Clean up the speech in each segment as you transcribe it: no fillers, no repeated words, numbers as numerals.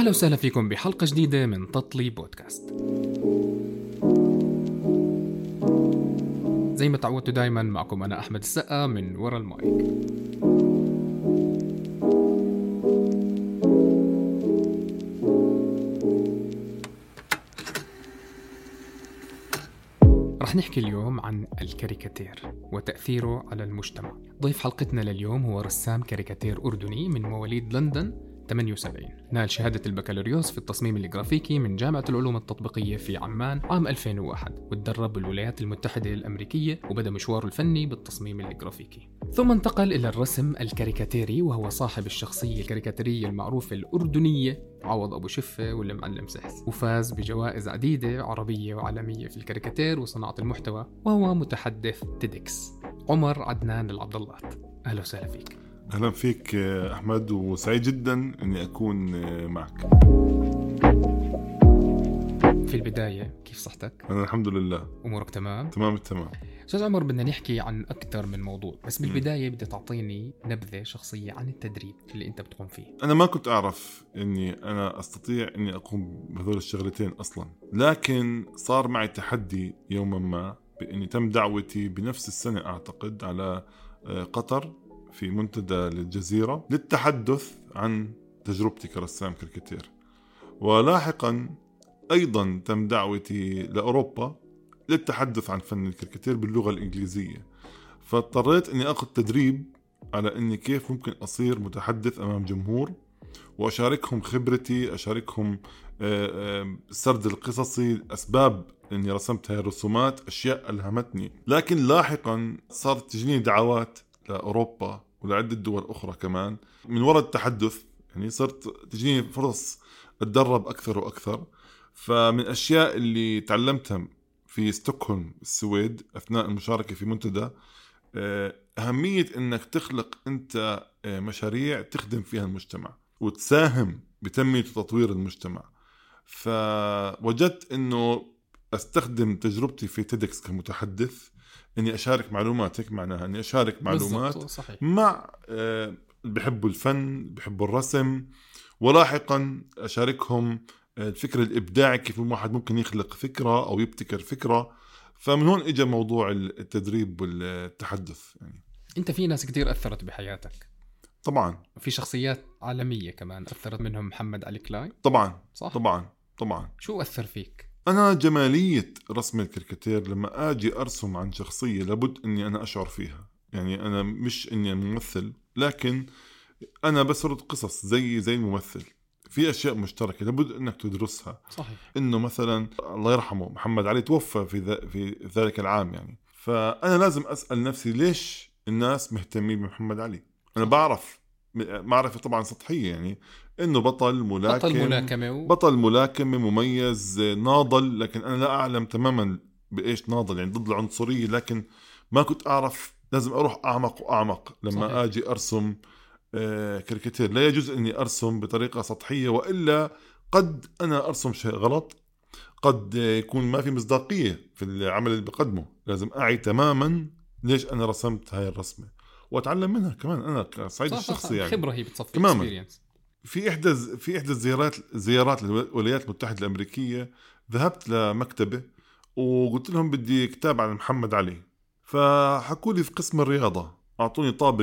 أهلا وسهلا فيكم بحلقة جديدة من تطلي بودكاست. زي ما تعودتوا دايما معكم أنا أحمد السقا من وراء المايك. رح نحكي اليوم عن الكاريكاتير وتأثيره على المجتمع. ضيف حلقتنا لليوم هو رسام كاريكاتير أردني من مواليد لندن 78. نال شهادة البكالوريوس في التصميم الجرافيكي من جامعة العلوم التطبيقية في عمان عام 2001، وتدرب بالولايات المتحدة الأمريكية وبدأ مشواره الفني بالتصميم الجرافيكي. ثم انتقل إلى الرسم الكاريكاتيري، وهو صاحب الشخصية الكاريكاتيرية المعروفة الأردنية عوض أبو شفة والمعلم سحس، وفاز بجوائز عديدة عربية وعالمية في الكاريكاتير وصناعة المحتوى، وهو متحدث تيدكس. عمر عدنان العبداللات، أهلا وسهلا فيك. أهلا فيك أحمد، وسعيد جدا أني أكون معك. في البداية كيف صحتك؟ أنا الحمد لله. أمورك تمام؟ تمام التمام. أستاذ عمر، بدنا نحكي عن أكثر من موضوع، بس بالبداية بدي تعطيني نبذة شخصية عن التدريب اللي أنت بتقوم فيه. أنا ما كنت أعرف أني أنا أستطيع أني أقوم بهذول الشغلتين أصلا، لكن صار معي تحدي يوما ما بأني تم دعوتي بنفس السنة أعتقد على قطر في منتدى للجزيرة للتحدث عن تجربتي كرسام كاريكاتير، ولاحقا أيضا تم دعوتي لأوروبا للتحدث عن فن الكاريكاتير باللغة الإنجليزية. فاضطريت أني أخذ تدريب على أني كيف ممكن أصير متحدث أمام جمهور وأشاركهم خبرتي، أشاركهم السرد القصصي، أسباب أني رسمت هاي الرسومات، أشياء ألهمتني. لكن لاحقا صارت تجيني دعوات لأوروبا ولعدة دول أخرى كمان من وراء التحدث، يعني صرت تجيني فرص أتدرب أكثر وأكثر. فمن الأشياء اللي تعلمتها في ستوكهولم السويد أثناء المشاركة في منتدى أهمية أنك تخلق أنت مشاريع تخدم فيها المجتمع وتساهم بتنمية وتطوير المجتمع. فوجدت أنه أستخدم تجربتي في تيدكس كمتحدث، أني أشارك معلومات، هيك معناها أني أشارك معلومات مع بحبوا الفن، بحبوا الرسم، ولاحقا أشاركهم الفكر الإبداعي، كيف الواحد ممكن يخلق فكرة أو يبتكر فكرة. فمن هون إجا موضوع التدريب والتحدث. يعني أنت في ناس كتير أثرت بحياتك طبعا، في شخصيات عالمية كمان أثرت، منهم محمد علي كلاي. طبعا صح؟ طبعا. شو أثر فيك؟ أنا جمالية رسم الكاريكاتير لما أجي أرسم عن شخصية لابد أني أنا أشعر فيها. يعني أنا مش أني ممثل، لكن أنا بسرد قصص زي الممثل. في أشياء مشتركة لابد أنك تدرسها. صحيح. إنه مثلا الله يرحمه محمد علي توفى في ذلك العام، يعني فأنا لازم أسأل نفسي ليش الناس مهتمين بمحمد علي. أنا بعرف معرفة طبعا سطحية، يعني إنه بطل ملاكمة مميز ناضل، لكن أنا لا أعلم تماما بإيش ناضل، يعني ضد العنصرية، لكن ما كنت أعرف. لازم أروح أعمق وأعمق لما صحيح. أجي أرسم كاريكاتير. لا يجوز أني أرسم بطريقة سطحية، وإلا قد أنا أرسم شيء غلط، قد يكون ما في مصداقية في العمل اللي بقدمه. لازم أعي تماما ليش أنا رسمت هاي الرسمة وأتعلم منها كمان أنا كصعيد الشخصي. يعني خبرة هي بتصفي تماما. في إحدى الزيارات للولايات المتحدة الأمريكية ذهبت لمكتبة وقلت لهم بدي كتاب عن محمد علي، فحكوا لي في قسم الرياضة، أعطوني طابق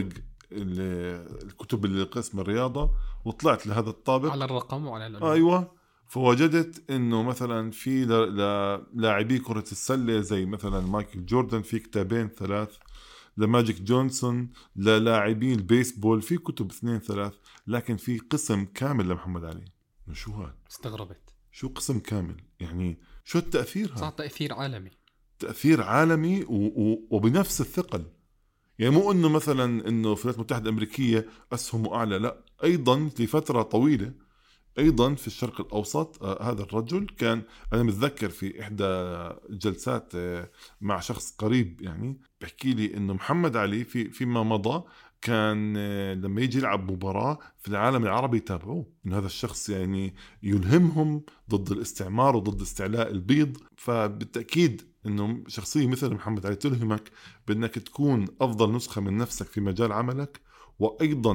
الكتب اللي قسم الرياضة، وطلعت لهذا الطابق على الرقم وعلى العنوان. أيوة. فوجدت إنه مثلا في لاعبي كرة السلة زي مثلا مايكل جوردن في كتابين 3، لماجيك جونسون، للاعبين البيسبول في كتب 2-3، لكن في قسم كامل لمحمد علي. شو هذا؟ استغربت. شو قسم كامل؟ يعني شو التأثير هذا؟ صار تأثير عالمي وبنفس الثقل. يعني مو إنه مثلا إنه في الولايات المتحدة الأمريكية أسهمه أعلى، لا، أيضا لفترة طويلة أيضا في الشرق الأوسط. هذا الرجل كان، أنا متذكر في إحدى الجلسات مع شخص قريب يعني بحكي لي إنه محمد علي فيما مضى كان لما يجي يلعب مباراة في العالم العربي يتابعوه، إنه هذا الشخص يعني يلهمهم ضد الاستعمار وضد استعلاء البيض. فبالتأكيد إنه شخصية مثل محمد علي تلهمك بأنك تكون أفضل نسخة من نفسك في مجال عملك، وأيضا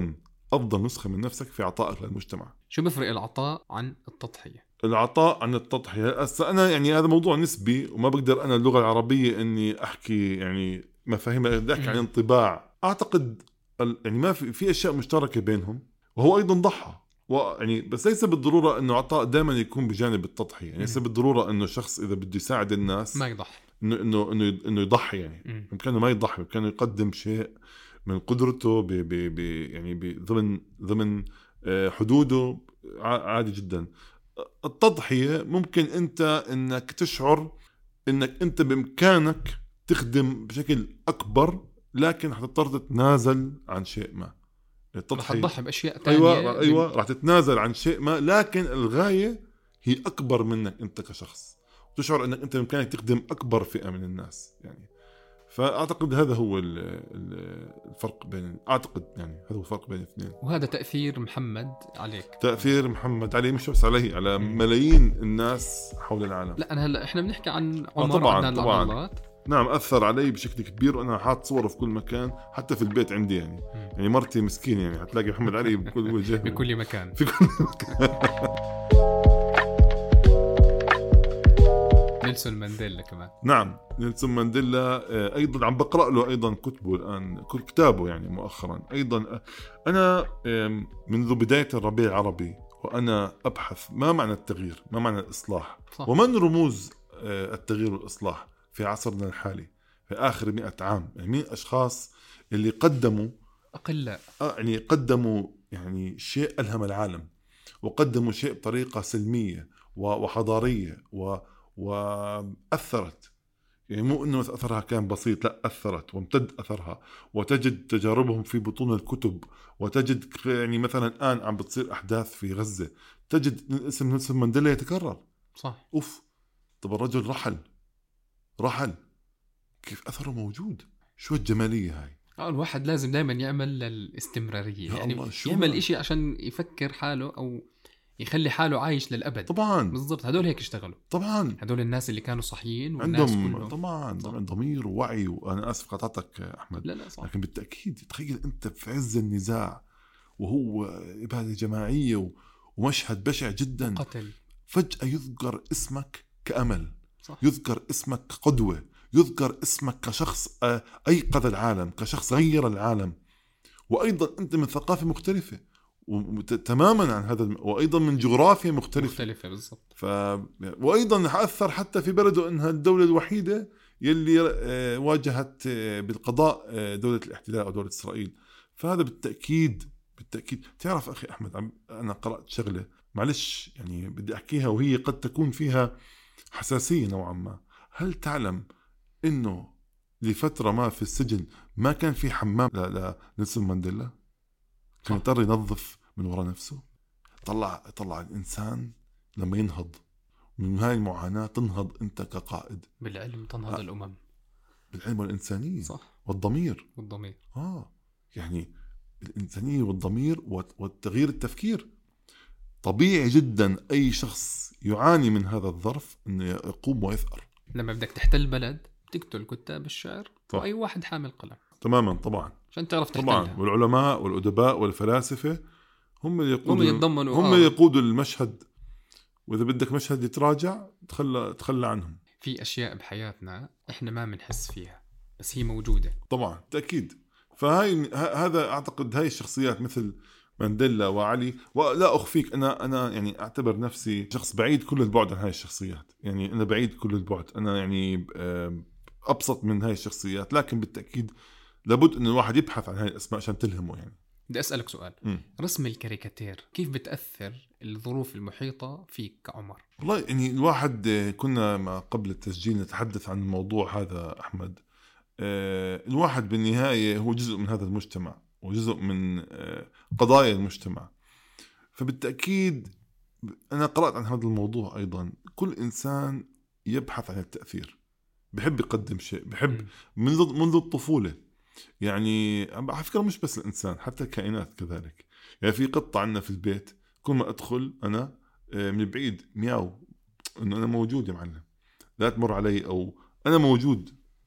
أفضل نسخة من نفسك في عطائك للمجتمع. شو بفرق العطاء عن التضحية؟ العطاء عن التضحية، أنا يعني هذا موضوع نسبي، وما بقدر أنا اللغة العربية إني أحكي يعني مفاهيم، بدي أحكي عن انطباع. أعتقد يعني ما في أشياء مشتركة بينهم، وهو أيضا ضحى يعني، بس ليس بالضرورة إنه عطاء دائما يكون بجانب التضحية. يعني ليس بالضرورة إنه شخص إذا بده يساعد الناس ما يضحي، إنه يضحي. يعني يمكن ما يضحي، يمكن يقدم شيء من قدرته يعني ضمن حدوده، عادي جدا. التضحية ممكن أنت إنك تشعر إنك أنت بإمكانك تخدم بشكل أكبر، لكن حتضطر تتنازل عن شيء ما. رح تضحي بأشياء تانية. أيوة رح تتنازل عن شيء ما، لكن الغاية هي أكبر منك أنت كشخص، تشعر أنك أنت بإمكانك تخدم أكبر فئة من الناس يعني. فأعتقد هذا هو الفرق بين، أعتقد يعني هذا هو الفرق بين الاثنين. وهذا تأثير محمد عليك. تأثير محمد علي مش بس علي، على ملايين الناس حول العالم. لا أنا هلأ إحنا بنحكي عن عمر طبعا نعم، أثر علي بشكل كبير، وأنا حاط صوره في كل مكان، حتى في البيت عندي يعني. يعني مرتي مسكينة يعني هتلاقي محمد علي بكل وجه بكل مكان في كل مكان. نيلسون مانديلا كمان. نعم نيلسون مانديلا أيضا عم بقرأ له أيضا كتبه الآن، كل كتابه يعني مؤخرا أيضا. أنا منذ بداية الربيع العربي وأنا أبحث ما معنى التغيير، ما معنى الإصلاح، صح. ومن رموز التغيير والإصلاح في عصرنا الحالي في آخر 100 عام. يعني مين أشخاص اللي قدموا أقلاء يعني قدموا يعني شيء ألهم العالم، وقدموا شيء بطريقة سلمية وحضارية وأثرت. يعني مو إنه أثرها كان بسيط، لا، أثرت وامتد أثرها، وتجد تجاربهم في بطون الكتب، وتجد يعني مثلا الآن عم بتصير أحداث في غزة، تجد اسم نيلسون مانديلا يتكرر. صح. طب الرجل رحل، كيف أثره موجود؟ شو الجمالية هاي. الواحد لازم دائما يعمل للاستمرارية، يعني يعمل إشي عشان يفكر حاله أو يخلي حاله عايش للأبد. طبعا بالضبط، هدول هيك اشتغلوا. طبعا هدول الناس اللي كانوا صحيين والناس عندهم طبعا ضمير ووعي. وأنا آسف قطعتك أحمد. لا صح. لكن بالتأكيد تخيل أنت في عز النزاع، وهو إبادة جماعية ومشهد بشع جدا، قتل، فجأة يذكر اسمك كأمل. صح. يذكر اسمك كقدوة، يذكر اسمك كشخص أيقظ العالم، كشخص غير العالم. وأيضا أنت من ثقافة مختلفة تماما عن هذا وأيضا من جغرافيا مختلفة بالضبط. وأيضا أثر حتى في بلده أنها الدولة الوحيدة يلي واجهت بالقضاء دولة الاحتلال أو دولة إسرائيل. فهذا بالتأكيد تعرف أخي أحمد، أنا قرأت شغلة معلش يعني بدي أحكيها، وهي قد تكون فيها حساسية نوعا ما. هل تعلم إنه لفترة ما في السجن ما كان في حمام لنيلسون مانديلا؟ كان يضطر ينظف من وراء نفسه. طلع الإنسان لما ينهض من هاي المعاناة، تنهض أنت كقائد. بالعلم تنهض الأمم، بالعلم والإنسانية. صح. والضمير. يعني الإنسانية والضمير والتغيير التفكير. طبيعي جدا أي شخص يعاني من هذا الظرف أنه يقوم ويثأر. لما بدك تحتل بلد تقتل كتاب الشعر وأي واحد حامل قلم. تماما طبعا، عشان تعرف تحتلها. طبعا. والعلماء والأدباء والفلاسفة هم اللي يقودوا المشهد. وإذا بدك مشهد يتراجع تخلى عنهم. في أشياء بحياتنا إحنا ما بنحس فيها بس هي موجودة. طبعا تأكيد. هذا أعتقد هاي الشخصيات مثل مانديلا وعلي، ولا أخفيك أنا يعني أعتبر نفسي شخص بعيد كل البعد عن هاي الشخصيات. يعني أنا بعيد كل البعد، أنا يعني أبسط من هاي الشخصيات، لكن بالتأكيد لابد أن الواحد يبحث عن هاي الأسماء عشان تلهمه. يعني بدي أسألك سؤال. رسم الكاريكاتير كيف بتأثر الظروف المحيطة فيك كعمر؟ والله يعني الواحد كنا ما قبل التسجيل نتحدث عن الموضوع هذا أحمد. الواحد بالنهاية هو جزء من هذا المجتمع وجزء من قضايا المجتمع. فبالتأكيد أنا قرأت عن هذا الموضوع أيضا. كل إنسان يبحث عن التأثير، بحب يقدم شيء، بحب منذ الطفولة. يعني على فكرة مش بس الإنسان، حتى الكائنات كذلك. يعني في قطة عندنا في البيت كل ما أدخل أنا من بعيد مياو، إنه أنا موجود يا معلم، لا تمر علي، أو أنا موجود.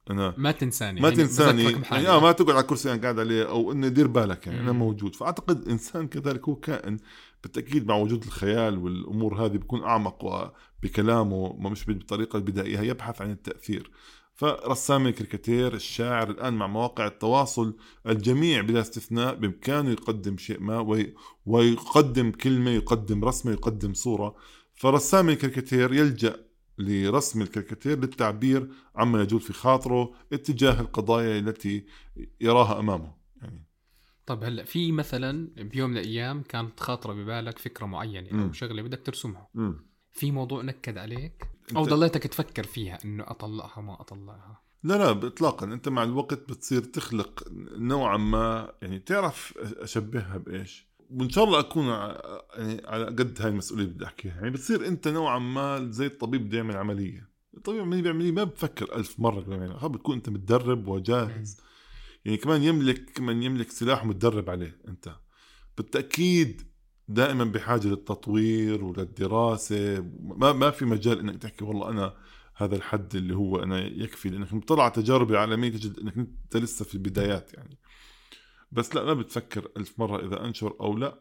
انا ما تنساني ما يعني تنساني بذكرك يعني بحالي. ما تقعد على الكرسي انا قاعد عليه، او انه دير بالك يعني انا مم. موجود. فاعتقد انسان كذلك هو كائن بالتاكيد مع وجود الخيال والامور هذه بيكون اعمق، وبكلامه ما مش بالطريقه البدائيه، يبحث عن التاثير. فرسام الكاريكاتير، الشاعر، الان مع مواقع التواصل الجميع بلا استثناء بامكانه يقدم شيء ما، ويقدم كلمه، يقدم رسمه، يقدم صوره. فرسام الكاريكاتير يلجأ لرسم الكاريكاتير للتعبير عما يجول في خاطره اتجاه القضايا التي يراها أمامه يعني. طب هلا في مثلا بيوم من الايام كانت خاطره ببالك فكره معينه او شغله بدك ترسمها، في موضوع نكد عليك او ضليتك تفكر فيها انه اطلعها ما اطلعها؟ لا اطلاقا. انت مع الوقت بتصير تخلق نوعا ما، يعني تعرف اشبهها بايش، وان شاء الله اكون يعني على قد هاي المسؤوليه بدي احكيها. يعني بتصير انت نوعا ما زي الطبيب بده يعمل عمليه. الطبيب بيعمل عمليه ما بفكر 1000 مره قبل ما يعمل، بتكون انت متدرب وجاهز. يعني كمان يملك سلاح ومتدرب عليه. انت بالتأكيد دائما بحاجة للتطوير وللدراسة. ما في مجال انك تحكي والله انا هذا الحد اللي هو انا يكفي، لانك مطلع تجارب العالمية تجد انك انت لسه في البدايات يعني. بس لا، ما بتفكر 1000 مرة اذا انشر او لا.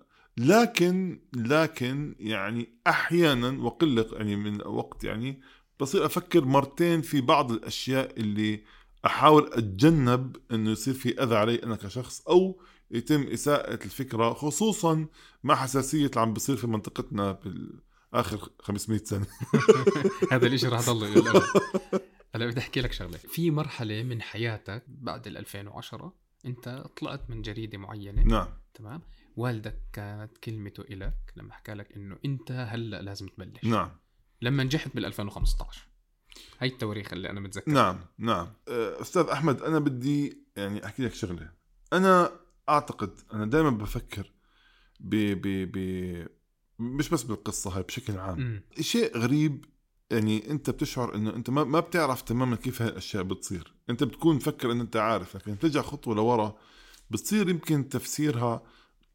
لكن يعني احيانا وقلة يعني من وقت يعني بصير افكر مرتين في بعض الاشياء اللي احاول اتجنب انه يصير في اذى علي انا كشخص، او يتم اساءة الفكرة، خصوصا مع حساسية اللي عم بصير في منطقتنا بالاخر 500 سنة. هذا الاشي راح يضل الى الابد. هلا بدي احكي لك شغله. في مرحله من حياتك بعد 2010 انت طلعت من جريده معينه، نعم تمام؟ والدك كانت كلمته إلك لما حكى لك انه انت هلا لازم تبلش. نعم لما نجحت بال 2015، هاي التواريخ اللي انا متذكر. نعم استاذ احمد، انا بدي يعني احكي لك شغله. انا اعتقد انا دائما بفكر ب ب ب مش بس بالقصه هاي، بشكل عام. شيء غريب يعني انت بتشعر انه انت ما بتعرف تماما كيف هاي الاشياء بتصير. انت بتكون مفكر ان انت عارف، لكن ترجع خطوه لورا بتصير يمكن تفسيرها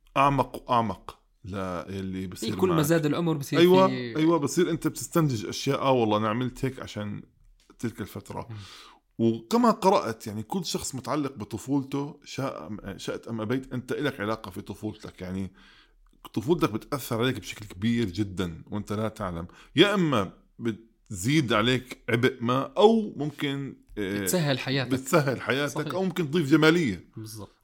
اعمق واعمق اللي بصير كل ما معك. زاد العمر بصير ايوه بصير انت بتستنتج اشياء، والله انا عملت هيك عشان تلك الفتره. وكما قرأت يعني كل شخص متعلق بطفولته، شاءت أم أبيت، أنت إلك علاقة في طفولتك. يعني طفولتك بتأثر عليك بشكل كبير جدا وأنت لا تعلم. يا إما بتزيد عليك عبء ما، أو ممكن بتسهل حياتك. صحيح. أو ممكن تضيف جمالية بالضبط.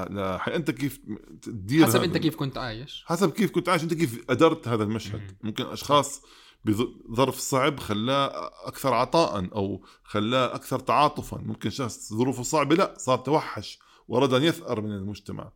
لا أنت كيف تدير، حسب أنت كيف كنت عايش، حسب كيف كنت عايش، أنت كيف أدرت هذا المشهد. ممكن أشخاص بظرف صعب خلاه أكثر عطاء أو خلاه أكثر تعاطفا. ممكن شخص ظروفه صعبة لا صار توحش وأراد أن يثأر من المجتمع.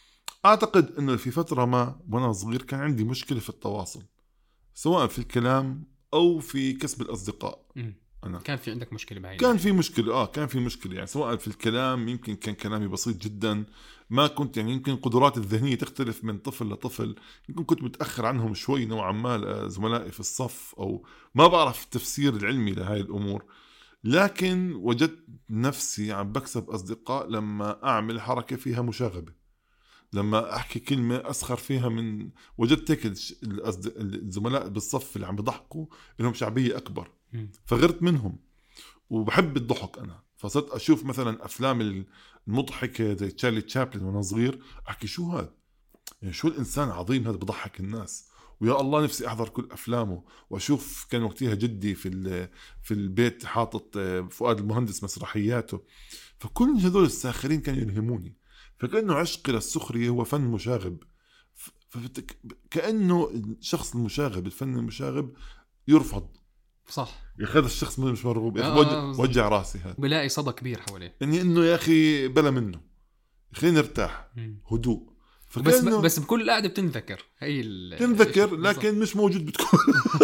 أعتقد أنه في فترة ما وأنا صغير كان عندي مشكلة في التواصل، سواء في الكلام أو في كسب الأصدقاء. أنا كان في عندك مشكلة معي؟ كان في مشكلة كان في مشكلة يعني سواء في الكلام، يمكن كان كلامي بسيط جدا. ما كنت يعني يمكن قدراتي الذهنية تختلف من طفل لطفل. يمكن كنت متأخر عنهم شوي نوعا ما زملائي في الصف، أو ما بعرف التفسير العلمي لهاي الأمور. لكن وجدت نفسي عم بكسب أصدقاء لما أعمل حركة فيها مشاغبة، لما أحكي كلمة أسخر فيها من. وجدت هيك الزملاء بالصف اللي عم بضحكوا لهم شعبية أكبر، فغرت منهم. وبحب الضحك أنا، فصرت أشوف مثلا أفلام المضحكة زي تشارلي تشابلن وأنا صغير، أحكي شو هذا، يعني شو الإنسان عظيم هذا بضحك الناس، ويا الله نفسي أحضر كل أفلامه وأشوف. كان وقتها جدي في البيت حاطط فؤاد المهندس مسرحياته، فكل هذول الساخرين كانوا يلهموني. فكأنه عشقي للسخرية هو فن مشاغب. كأنه الشخص المشاغب، الفن المشاغب يرفض. صح يا أخي هذا الشخص مش مرغوب، وجع راسي هذا، بلاقي صدى كبير حواليه. يعني انه يا اخي بلا منه، خلينا نرتاح، هدوء. بس بكل قاعده بتنذكر تنذكر لكن مش موجود بتكون.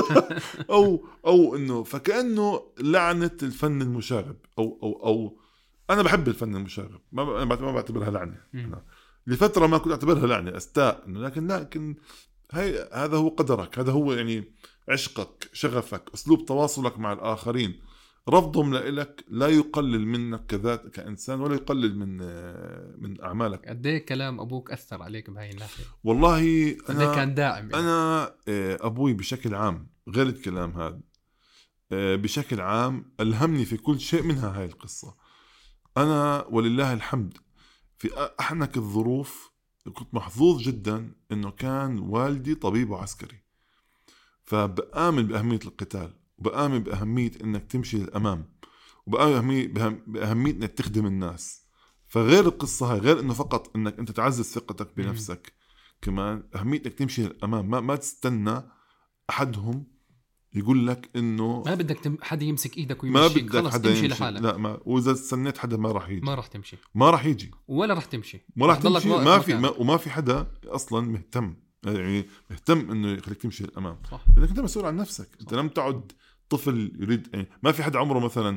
او انه فكأنه لعنة الفن المشاغب او انا بحب الفن المشاغب، ما بعتبرها لعنة. لفترة ما كنت اعتبرها لعنة، استاء انه لكن هذا هو قدرك، هذا هو يعني عشقك، شغفك، اسلوب تواصلك مع الاخرين. رفضهم لإلك لا يقلل منك كذات كإنسان، ولا يقلل من أعمالك. قد ايه كلام أبوك أثر عليك بهاي الناحية؟ والله أنا كان داعم يعني. أنا أبوي بشكل عام غير الكلام هذا، بشكل عام ألهمني في كل شيء، منها هاي القصة. أنا ولله الحمد في أحنك الظروف كنت محظوظ جدا إنه كان والدي طبيب وعسكري، فبآمن بأهمية القتال، وبآمن بأهمية إنك تمشي للأمام، وبآمن بأهمية إنك تخدم الناس. فغير القصة هاي، غير إنه فقط إنك أنت تعزز ثقتك بنفسك، كمان أهمية إنك تمشي للأمام، ما تستنى أحدهم يقول لك إنه ما بدك حدا يمسك ايدك ما ويمشيك، بدك خلص حدا تمشي يمشي. لحالك. لا، ما وإذا استنيت حدا ما راح يجي، ما راح تمشي ما راح يجي ولا راح تمشي، ما راح راح تضلك تمشي. واقف ما في مكانك. وما في حدا اصلا مهتم، يعني مهتم انه يخليك تمشي للامام، صح. لانك انت مسؤول عن نفسك. انت لم تعد طفل يريد، يعني ما في حدا عمره مثلا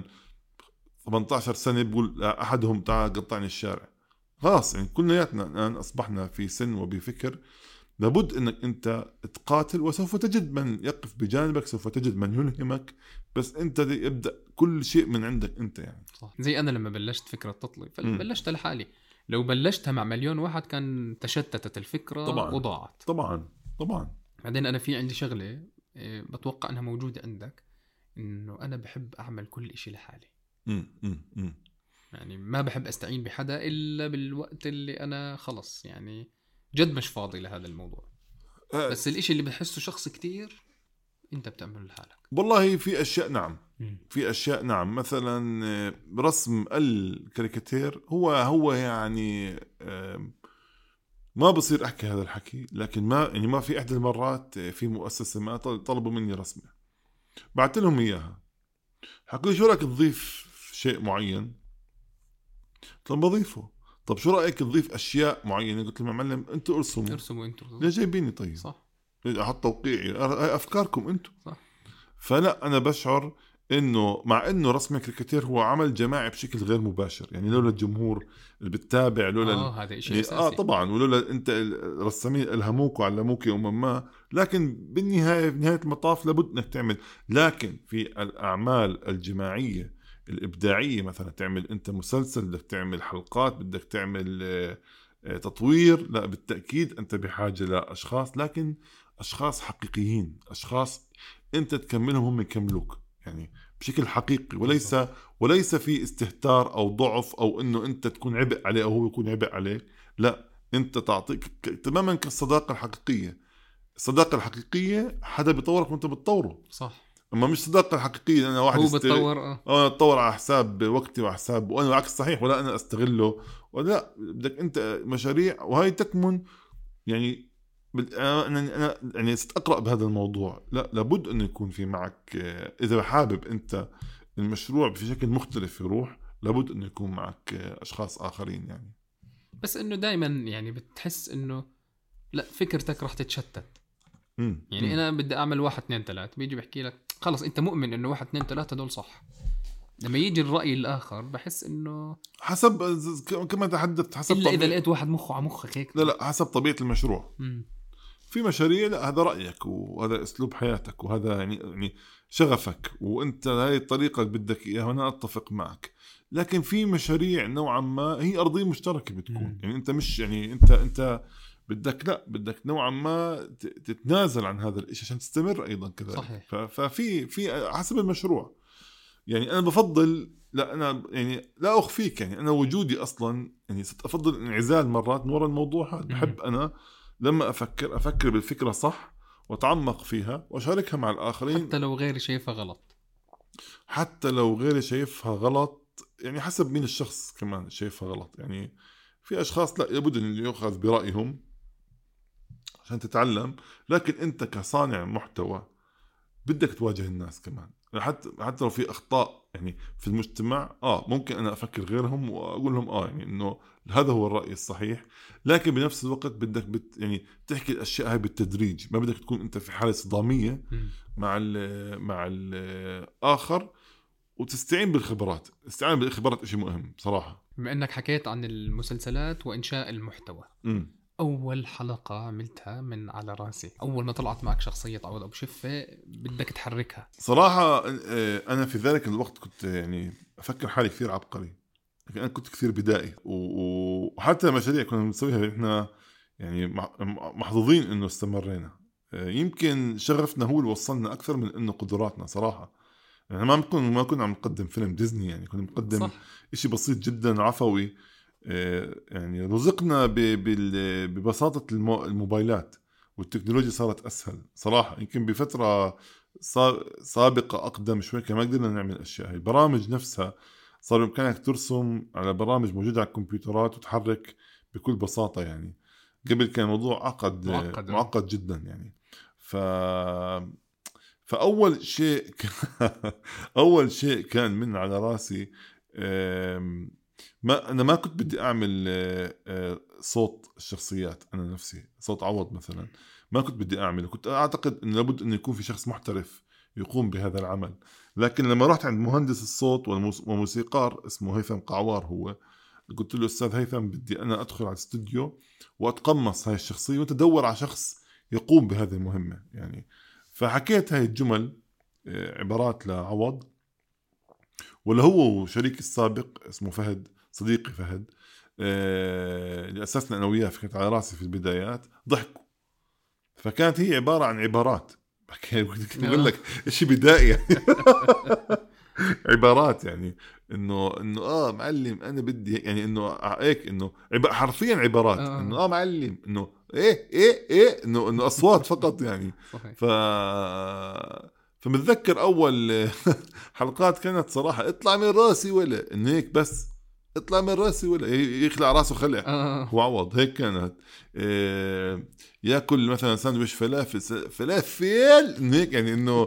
18 سنه بيقول احدهم تعال قطعني الشارع. خلاص، يعني كلياتنا الان اصبحنا في سن وبفكر لابد انك انت تقاتل، وسوف تجد من يقف بجانبك، سوف تجد من يلهمك، بس انت يبدا كل شيء من عندك انت يعني. صح. زي انا لما بلشت فكره تطلي، مم. فبلشتها لحالي. لو بلشتها مع مليون واحد كان تشتتت الفكره طبعا وضاعت. طبعا طبعا. بعدين انا في عندي شغله بتوقع انها موجوده عندك، انه انا بحب اعمل كل إشي لحالي. مم. يعني ما بحب استعين بحدا الا بالوقت اللي انا خلص يعني جد مش فاضي لهذا الموضوع. آه، بس الإشي اللي بحسه شخص كتير انت بتعمله لحالك. والله في اشياء نعم، مم. في اشياء نعم، مثلا رسم الكاريكاتير هو يعني ما بصير احكي هذا الحكي، لكن ما في احدى المرات في مؤسسه ما طلبوا مني رسمه، بعت لهم اياها، حكوا لي شو رايك تضيف شيء معين؟ قلت لهم بضيفه. طب شو رايك تضيف اشياء معينه؟ قلت لهم يا معلم انتوا ارسموا انتوا. ليش جايبيني؟ طيب صح احط توقيعي، هاي افكاركم انتوا. صح. فلا، انا بشعر انه مع انه رسم الكاريكاتير هو عمل جماعي بشكل غير مباشر، يعني لولا الجمهور اللي بتتابع، لولا هذا إشي يعني اساسي. طبعا، ولولا انت الرسامين الهموك وعلموك يوما ما، لكن بالنهايه، في نهايه المطاف لابد انك تعمل. لكن في الاعمال الجماعيه الابداعيه، مثلا تعمل انت مسلسل، بدك تعمل حلقات، بدك تعمل تطوير، لا بالتاكيد انت بحاجه لاشخاص، لكن اشخاص حقيقيين، اشخاص انت تكملهم هم يكملوك، يعني بشكل حقيقي، وليس في استهتار او ضعف، او انه انت تكون عبء عليه او هو يكون عبء عليك. لا، انت تعطيك تماما كالصداقه الحقيقيه. الصداقه الحقيقيه حدا بيطورك وانت بتطوره، صح. اما مش الصداقه الحقيقيه انا واحد هو بتطور انا اتطور على حساب وقتي وعلى حساب، وانا العكس صحيح، ولا انا استغله، ولا بدك انت مشاريع، وهي تكمن يعني أنا يعني ستأقرأ بهذا الموضوع. لا، لابد أن يكون في معك، إذا حابب أنت المشروع في شكل مختلف يروح، لابد أن يكون معك أشخاص آخرين يعني. بس انه دائما يعني بتحس انه لا، فكرتك راح تتشتت. يعني انا بدي اعمل 1 2 3، بيجي بحكي لك خلص انت مؤمن انه 1 2 3 دول صح. لما يجي الرأي الآخر بحس انه حسب، كما تحدثت، حسب الا اذا لقيت واحد مخه على مخك هيك. لا، حسب طبيعة المشروع. مم. في مشاريع لا، هذا رأيك وهذا أسلوب حياتك وهذا يعني شغفك، وأنت هاي الطريقة بدك إياها، وأنا أتفق معك. لكن في مشاريع نوعا ما هي أرضية مشتركة بتكون، يعني أنت مش يعني أنت بدك، لا بدك نوعا ما تتنازل عن هذا الإشي عشان تستمر أيضا كذلك. صحيح. ففي حسب المشروع. يعني أنا بفضل، لا أنا يعني لا أخفيك، يعني أنا وجودي أصلا يعني ستأفضل انعزال مرات من وراء الموضوع هذا. بحب أنا لما أفكر بالفكرة صح، وأتعمق فيها وأشاركها مع الآخرين، حتى لو غيري شايفها غلط. حتى لو غيري شايفها غلط، يعني حسب مين الشخص كمان شايفها غلط. يعني في أشخاص لا، يبدو أن يؤخذ برأيهم عشان تتعلم، لكن أنت كصانع محتوى بدك تواجه الناس كمان، حتى لو في اخطاء يعني في المجتمع، ممكن انا افكر غيرهم واقول لهم يعني انه هذا هو الراي الصحيح، لكن بنفس الوقت بدك يعني تحكي الاشياء هاي بالتدريج، ما بدك تكون انت في حاله صداميه مع الاخر، وتستعين بالخبرات. استعانة بالخبرات شيء مهم بصراحه. بما انك حكيت عن المسلسلات وانشاء المحتوى، أول حلقة عملتها من على راسي، أول ما طلعت معك شخصية عوض أبو شفة بدك تحركها صراحة أنا في ذلك الوقت كنت يعني أفكر حالي كثير عبقري، لكن أنا كنت كثير بدائي، وحتى المشاريع كنا بنسويها إحنا يعني محظوظين إنه استمرينا. يمكن شغفنا هو اللي وصلنا أكثر من إنه قدراتنا صراحة. يعني ما كنا عم نقدم فيلم ديزني، يعني كنا نقدم صح. إشي بسيط جدا عفوي. يعني رزقنا ببساطة الموبايلات، والتكنولوجيا صارت أسهل صراحة. يمكن بفترة سابقة أقدم شوي كان ما قدرنا نعمل الأشياء هاي. البرامج نفسها صار بإمكانك ترسم على برامج موجودة على الكمبيوترات وتحرك بكل بساطة. يعني قبل كان الموضوع معقد جدا يعني. فأول شيء أول شيء كان من على راسي، أنا ما كنت بدي أعمل صوت الشخصيات. أنا نفسي صوت عوض مثلا ما كنت بدي أعمله. كنت أعتقد أنه لابد أن يكون في شخص محترف يقوم بهذا العمل. لكن لما رحت عند مهندس الصوت وموسيقار اسمه هيثم قعوار، هو قلت له أستاذ هيثم بدي أنا أدخل على الاستوديو وأتقمص هاي الشخصية وتدور على شخص يقوم بهذه المهمة يعني. فحكيت هاي الجمل عبارات لعوض، ولا هو وشريك السابق اسمه فهد، صديقي فهد اللي أسسنا أنا وياه كانت على راسي في البدايات، ضحكوا. فكانت هي عبارة عن عبارات بقول لك إشي بدائي يعني. عبارات يعني انه معلم انا بدي يعني انه هيك انه حرفيا عبارات انه معلم انه ايه انه اصوات فقط يعني. صحيح. فمتذكر اول حلقات كانت صراحه اطلع من راسي ولا انه هيك بس اطلع من راسي ولا يخلع راسه خلع. هو عوض هيك كانت. ياكل مثلا ساندويش فلافل انه هيك يعني انه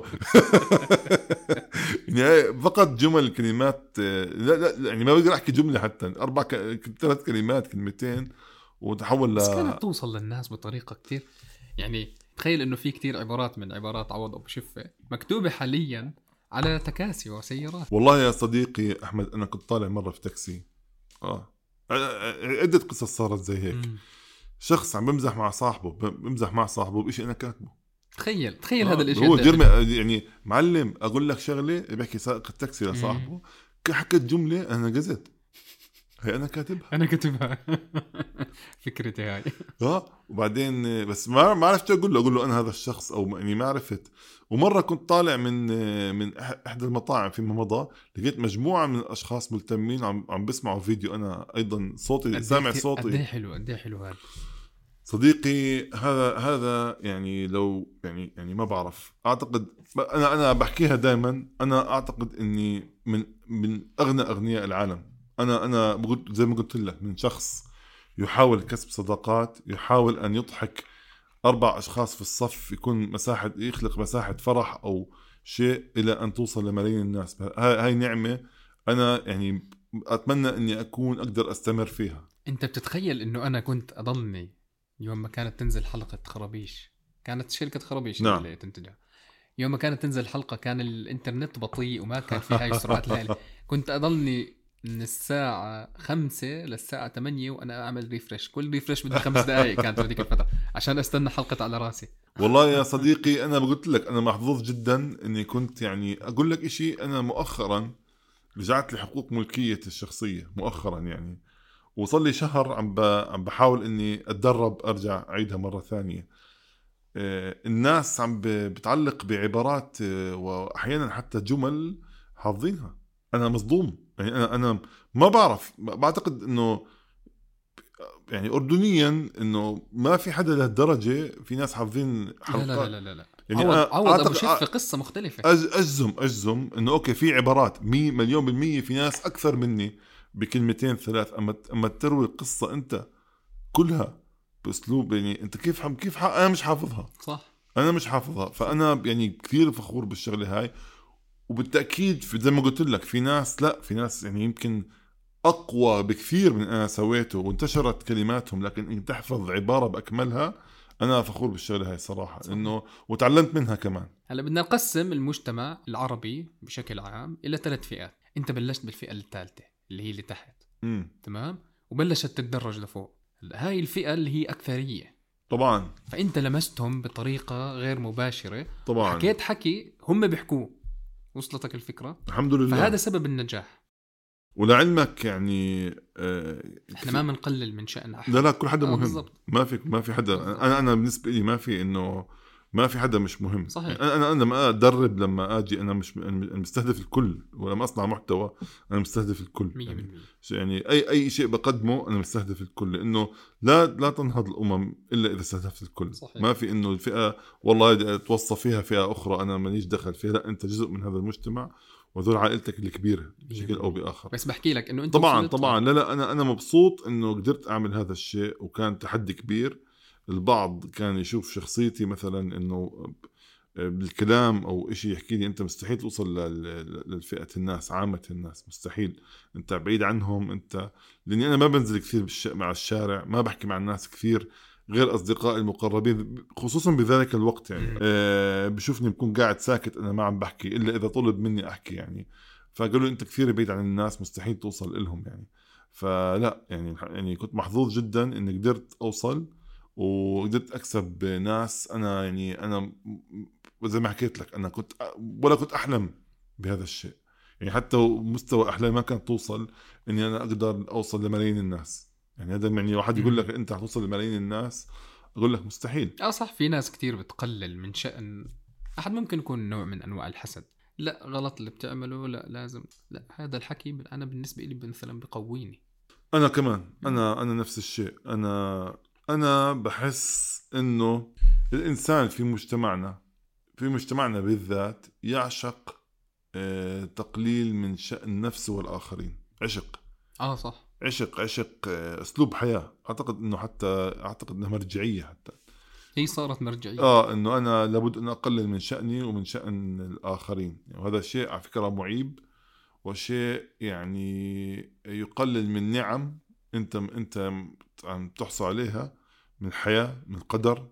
يعني فقط جمل كلمات. لا يعني ما بقدر احكي جمله حتى 3 كلمات كلمتين وتحول بس كانت توصل للناس بطريقه كتير. يعني تخيل انه في كتير عبارات من عبارات عوض ابو شفه مكتوبه حاليا على تكاسي وسيارات. والله يا صديقي احمد انا كنت طالع مره في تاكسي عده قصص صارت زي هيك. شخص عم بمزح مع صاحبه بشيء انا كاتبه. تخيل هذا الاشي. هو جرم يعني معلم اقول لك شغله بحكي سائق التاكسي لصاحبه حكت جمله انا نجزت هي انا كاتبها فكرتي هاي. وبعدين بس ما عرفت اقول له انا هذا الشخص او يعني ما عرفت. ومره كنت طالع من احدى المطاعم فيما مضى، لقيت مجموعه من الاشخاص ملتمين عم بسمعوا فيديو انا ايضا صوتي سامع صوتي. قد ايه حلو هذا صديقي. هذا يعني لو يعني ما بعرف. اعتقد انا بحكيها دائما، انا اعتقد اني من اغنى اغنياء العالم. انا بقول زي ما قلت لك من شخص يحاول كسب صداقات، يحاول ان يضحك 4 أشخاص في الصف، يكون يخلق مساحة فرح او شيء الى ان توصل لملايين الناس. هاي نعمة انا يعني اتمنى اني اكون اقدر استمر فيها. انت بتتخيل انه انا كنت اضلني يوم ما كانت تنزل حلقة خرابيش، كانت شركة خرابيش نعم. اللي تنتجها، يوم ما كانت تنزل حلقة كان الانترنت بطيء وما كان في هاي السرعات الهائلة. كنت أضلني من الساعة 5 للساعة 8 وأنا أعمل ريفرش. كل ريفرش بدي 5 دقائق كانت هذيك الفترة عشان أستنى حلقة على راسي. والله يا صديقي أنا قلت لك أنا محظوظ جدا إني كنت يعني أقول لك إشي. أنا مؤخرا رجعت لي حقوق ملكية الشخصية مؤخرا يعني، وصل لي شهر عم بحاول إني أتدرب أرجع أعيدها مرة ثانية. الناس عم بتعلق بعبارات وأحيانا حتى جمل حافظينها. أنا مصدوم يعني. أنا ما بعرف، بعتقد إنه يعني أردنيا إنه ما في حدا لهالدرجة في ناس حافظين حلقات. لا يعني عوض أبو شف قصة مختلفة. أجزم إنه أوكي في عبارات 100,000,000% في ناس أكثر مني بكلمتين 3. أما تروي القصة أنت كلها بأسلوب يعني أنت كيف أنا مش حافظها. صح. أنا مش حافظها. فأنا يعني كثير فخور بالشغلة هاي. وبالتأكيد زي ما قلت لك في ناس يعني يمكن أقوى بكثير من أنا سويته وانتشرت كلماتهم، لكن إن تحفظ عبارة بأكملها أنا فخور بالشغلة هاي صراحة. صح. إنه وتعلمت منها كمان. هلا بدنا نقسم المجتمع العربي بشكل عام إلى 3 فئات. أنت بلشت بالفئة الثالثة اللي هي اللي تحت. تمام. وبلشت تتدرج لفوق. هاي الفئة اللي هي أكثرية طبعا. فأنت لمستهم بطريقة غير مباشرة طبعا. حكيت حكي هم بيحكوه. وصلتك الفكرة؟ الحمد لله. فهذا سبب النجاح. ولعلمك يعني احنا ما بنقلل من شأن أحد. لا كل حدا مهم. بالضبط. ما في حدا. انا بالنسبه لي ما في انه ما في حدا مش مهم. صحيح. أنا لما أدرب، لما أجي أنا مش أنا مستهدف الكل، ولما أصنع محتوى أنا مستهدف الكل. 100%. يعني أي شيء بقدمه أنا مستهدف الكل، لأنه لا تنهض الأمم إلا إذا استهدفت الكل. صحيح. ما في إنه الفئة والله توصى فيها فئة أخرى أنا ماليش دخل فيها، لا، أنت جزء من هذا المجتمع وذول عائلتك الكبيرة بشكل أو بآخر. بس بحكي لك إنه أنت طبعا لا أنا مبسوط إنه قدرت أعمل هذا الشيء، وكان تحدي كبير. البعض كان يشوف شخصيتي مثلا إنه بالكلام أو إشي يحكي لي أنت مستحيل توصل للفئة الناس، عامة الناس مستحيل، أنت بعيد عنهم. أنت لأني أنا ما بنزل كثير مع الشارع، ما بحكي مع الناس كثير غير أصدقائي المقربين، خصوصا بذلك الوقت. يعني بشوفني بكون قاعد ساكت، أنا ما عم بحكي إلا إذا طلب مني أحكي يعني. فقالوا أنت كثير بعيد عن الناس، مستحيل توصل إلهم يعني. فلا يعني كنت محظوظ جدا إني قدرت أوصل وقدرت أكسب ناس. أنا يعني أنا زي ما حكيت لك، أنا كنت أحلم بهذا الشيء. يعني حتى مستوى أحلامي ما كانت توصل إني أنا أقدر أوصل لملايين الناس. يعني هذا يعني واحد يقول لك أنت هتوصل لملايين الناس، أقول لك مستحيل. صح، في ناس كتير بتقلل من شأن أحد، ممكن يكون نوع من أنواع الحسد. لا، غلط اللي بتعمله، لا لازم، لا، هذا الحكي أنا بالنسبة لي مثلا بقويني. أنا كمان أنا نفس الشيء. أنا بحس إنه الإنسان في مجتمعنا بالذات يعشق تقليل من شأن نفسه والآخرين. عشق. صح. عشق أسلوب حياة. أعتقد إنها مرجعية حتى. هي صارت مرجعية. إنه أنا لابد أن أقلل من شأني ومن شأن الآخرين. وهذا شيء على فكرة معيب، وشيء يعني يقلل من نعم أنت عم تحصل عليها من الحياة، من القدر.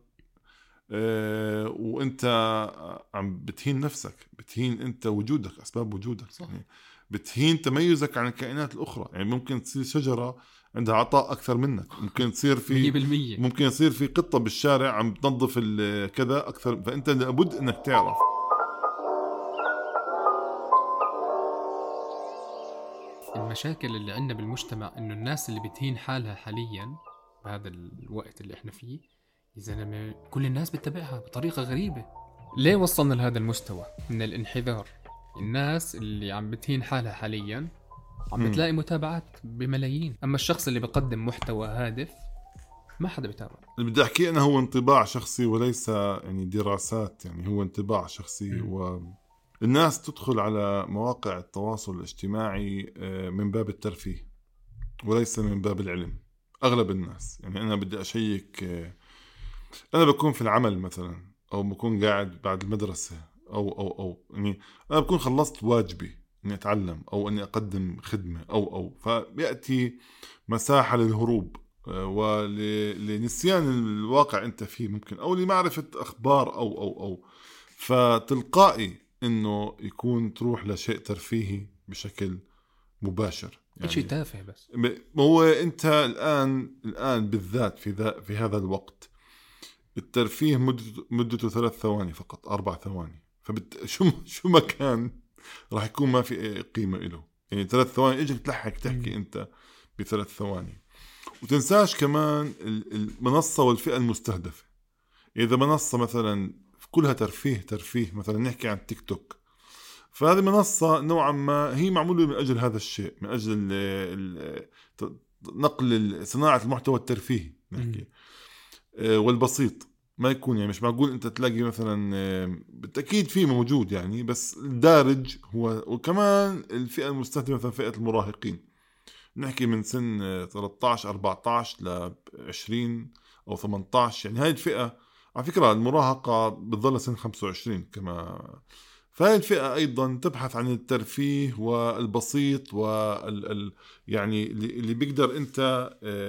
وأنت عم بتهين نفسك، بتهين أنت وجودك، أسباب وجودك. صح. يعني بتهين تميزك عن الكائنات الأخرى. يعني ممكن تصير شجرة عندها عطاء أكثر منك، ممكن تصير في 100%. ممكن يصير في قطة بالشارع عم تنظف كذا أكثر. فأنت لابد أنك تعرف. المشاكل اللي عندنا بالمجتمع إنه الناس اللي بتهين حالها حاليا بهذا الوقت اللي إحنا فيه، يا زلمة، كل الناس بتتبعها بطريقة غريبة. ليه وصلنا لهذا المستوى من الانحدار؟ الناس اللي عم بتهين حالها حاليا عم بتلاقي متابعات بملايين، أما الشخص اللي بقدم محتوى هادف ما حدا بيتابع. اللي بدي أحكيه أنا هو انطباع شخصي وليس يعني دراسات. يعني هو انطباع شخصي. والناس تدخل على مواقع التواصل الاجتماعي من باب الترفيه وليس من باب العلم. أغلب الناس، يعني أنا بدي أشيك، أنا بكون في العمل مثلا، أو بكون قاعد بعد المدرسة، أو يعني أنا بكون خلصت واجبي إني أتعلم أو إني أقدم خدمة أو فبيأتي مساحة للهروب ولنسيان الواقع أنت فيه ممكن، أو لمعرفة أخبار أو فتلقائي إنه يكون تروح لشيء ترفيهي بشكل مباشر. يعني شيء تافه. بس هو أنت الآن بالذات في هذا الوقت الترفيه مدته 3 ثواني فقط، 4 ثواني. شو ما كان راح يكون ما في قيمة له. يعني 3 ثواني اجيك تلحق تحكي انت ب3 ثواني. وتنساش كمان المنصة والفئة المستهدفة. إذا منصة مثلا كلها ترفيه مثلا نحكي عن تيك توك، فهذه منصة نوعا ما هي معمولة من أجل هذا الشيء، من أجل نقل صناعة المحتوى الترفيهي نحكي والبسيط. ما يكون يعني مش معقول انت تلاقي مثلا، بالتأكيد فيه موجود يعني، بس الدارج هو. وكمان الفئة المستهدفة مثلا فئة المراهقين، نحكي من سن 13 14 ل 20 أو 18. يعني هاي الفئة على فكرة المراهقة بتظل سن 25 كما. فهي الفئة أيضا تبحث عن الترفيه والبسيط يعني اللي بيقدر أنت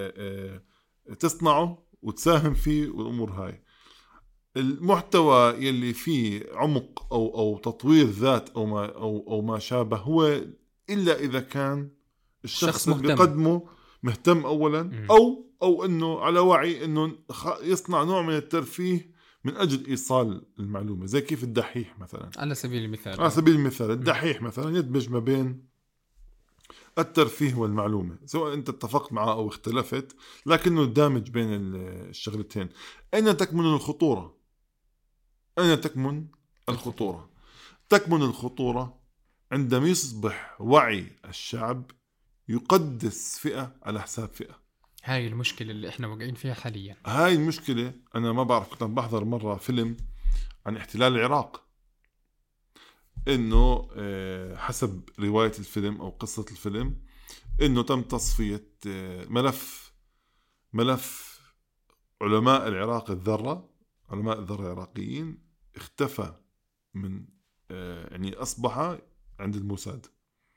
تصنعه وتساهم فيه. والأمور هاي المحتوى يلي فيه عمق أو تطوير ذات أو ما شابه، هو إلا إذا كان الشخص اللي بيقدمه مهتم أولا أو إنه على وعي إنه يصنع نوع من الترفيه من أجل إيصال المعلومة. زي كيف الدحيح مثلا، على سبيل المثال الدحيح مثلا يدمج ما بين الترفيه والمعلومة، سواء أنت اتفقت معه أو اختلفت، لكنه دامج بين الشغلتين. أين تكمن الخطورة؟ أين تكمن الخطورة؟ تكمن الخطورة عندما يصبح وعي الشعب يقدس فئة على حساب فئة. هاي المشكلة اللي احنا واقعين فيها حاليا. هاي المشكلة. أنا ما بعرف، كنت بحضر مرة فيلم عن احتلال العراق، إنه حسب رواية الفيلم أو قصة الفيلم إنه تم تصفية ملف علماء العراق الذرة، علماء الذرة العراقيين، اختفى من يعني أصبح عند الموساد.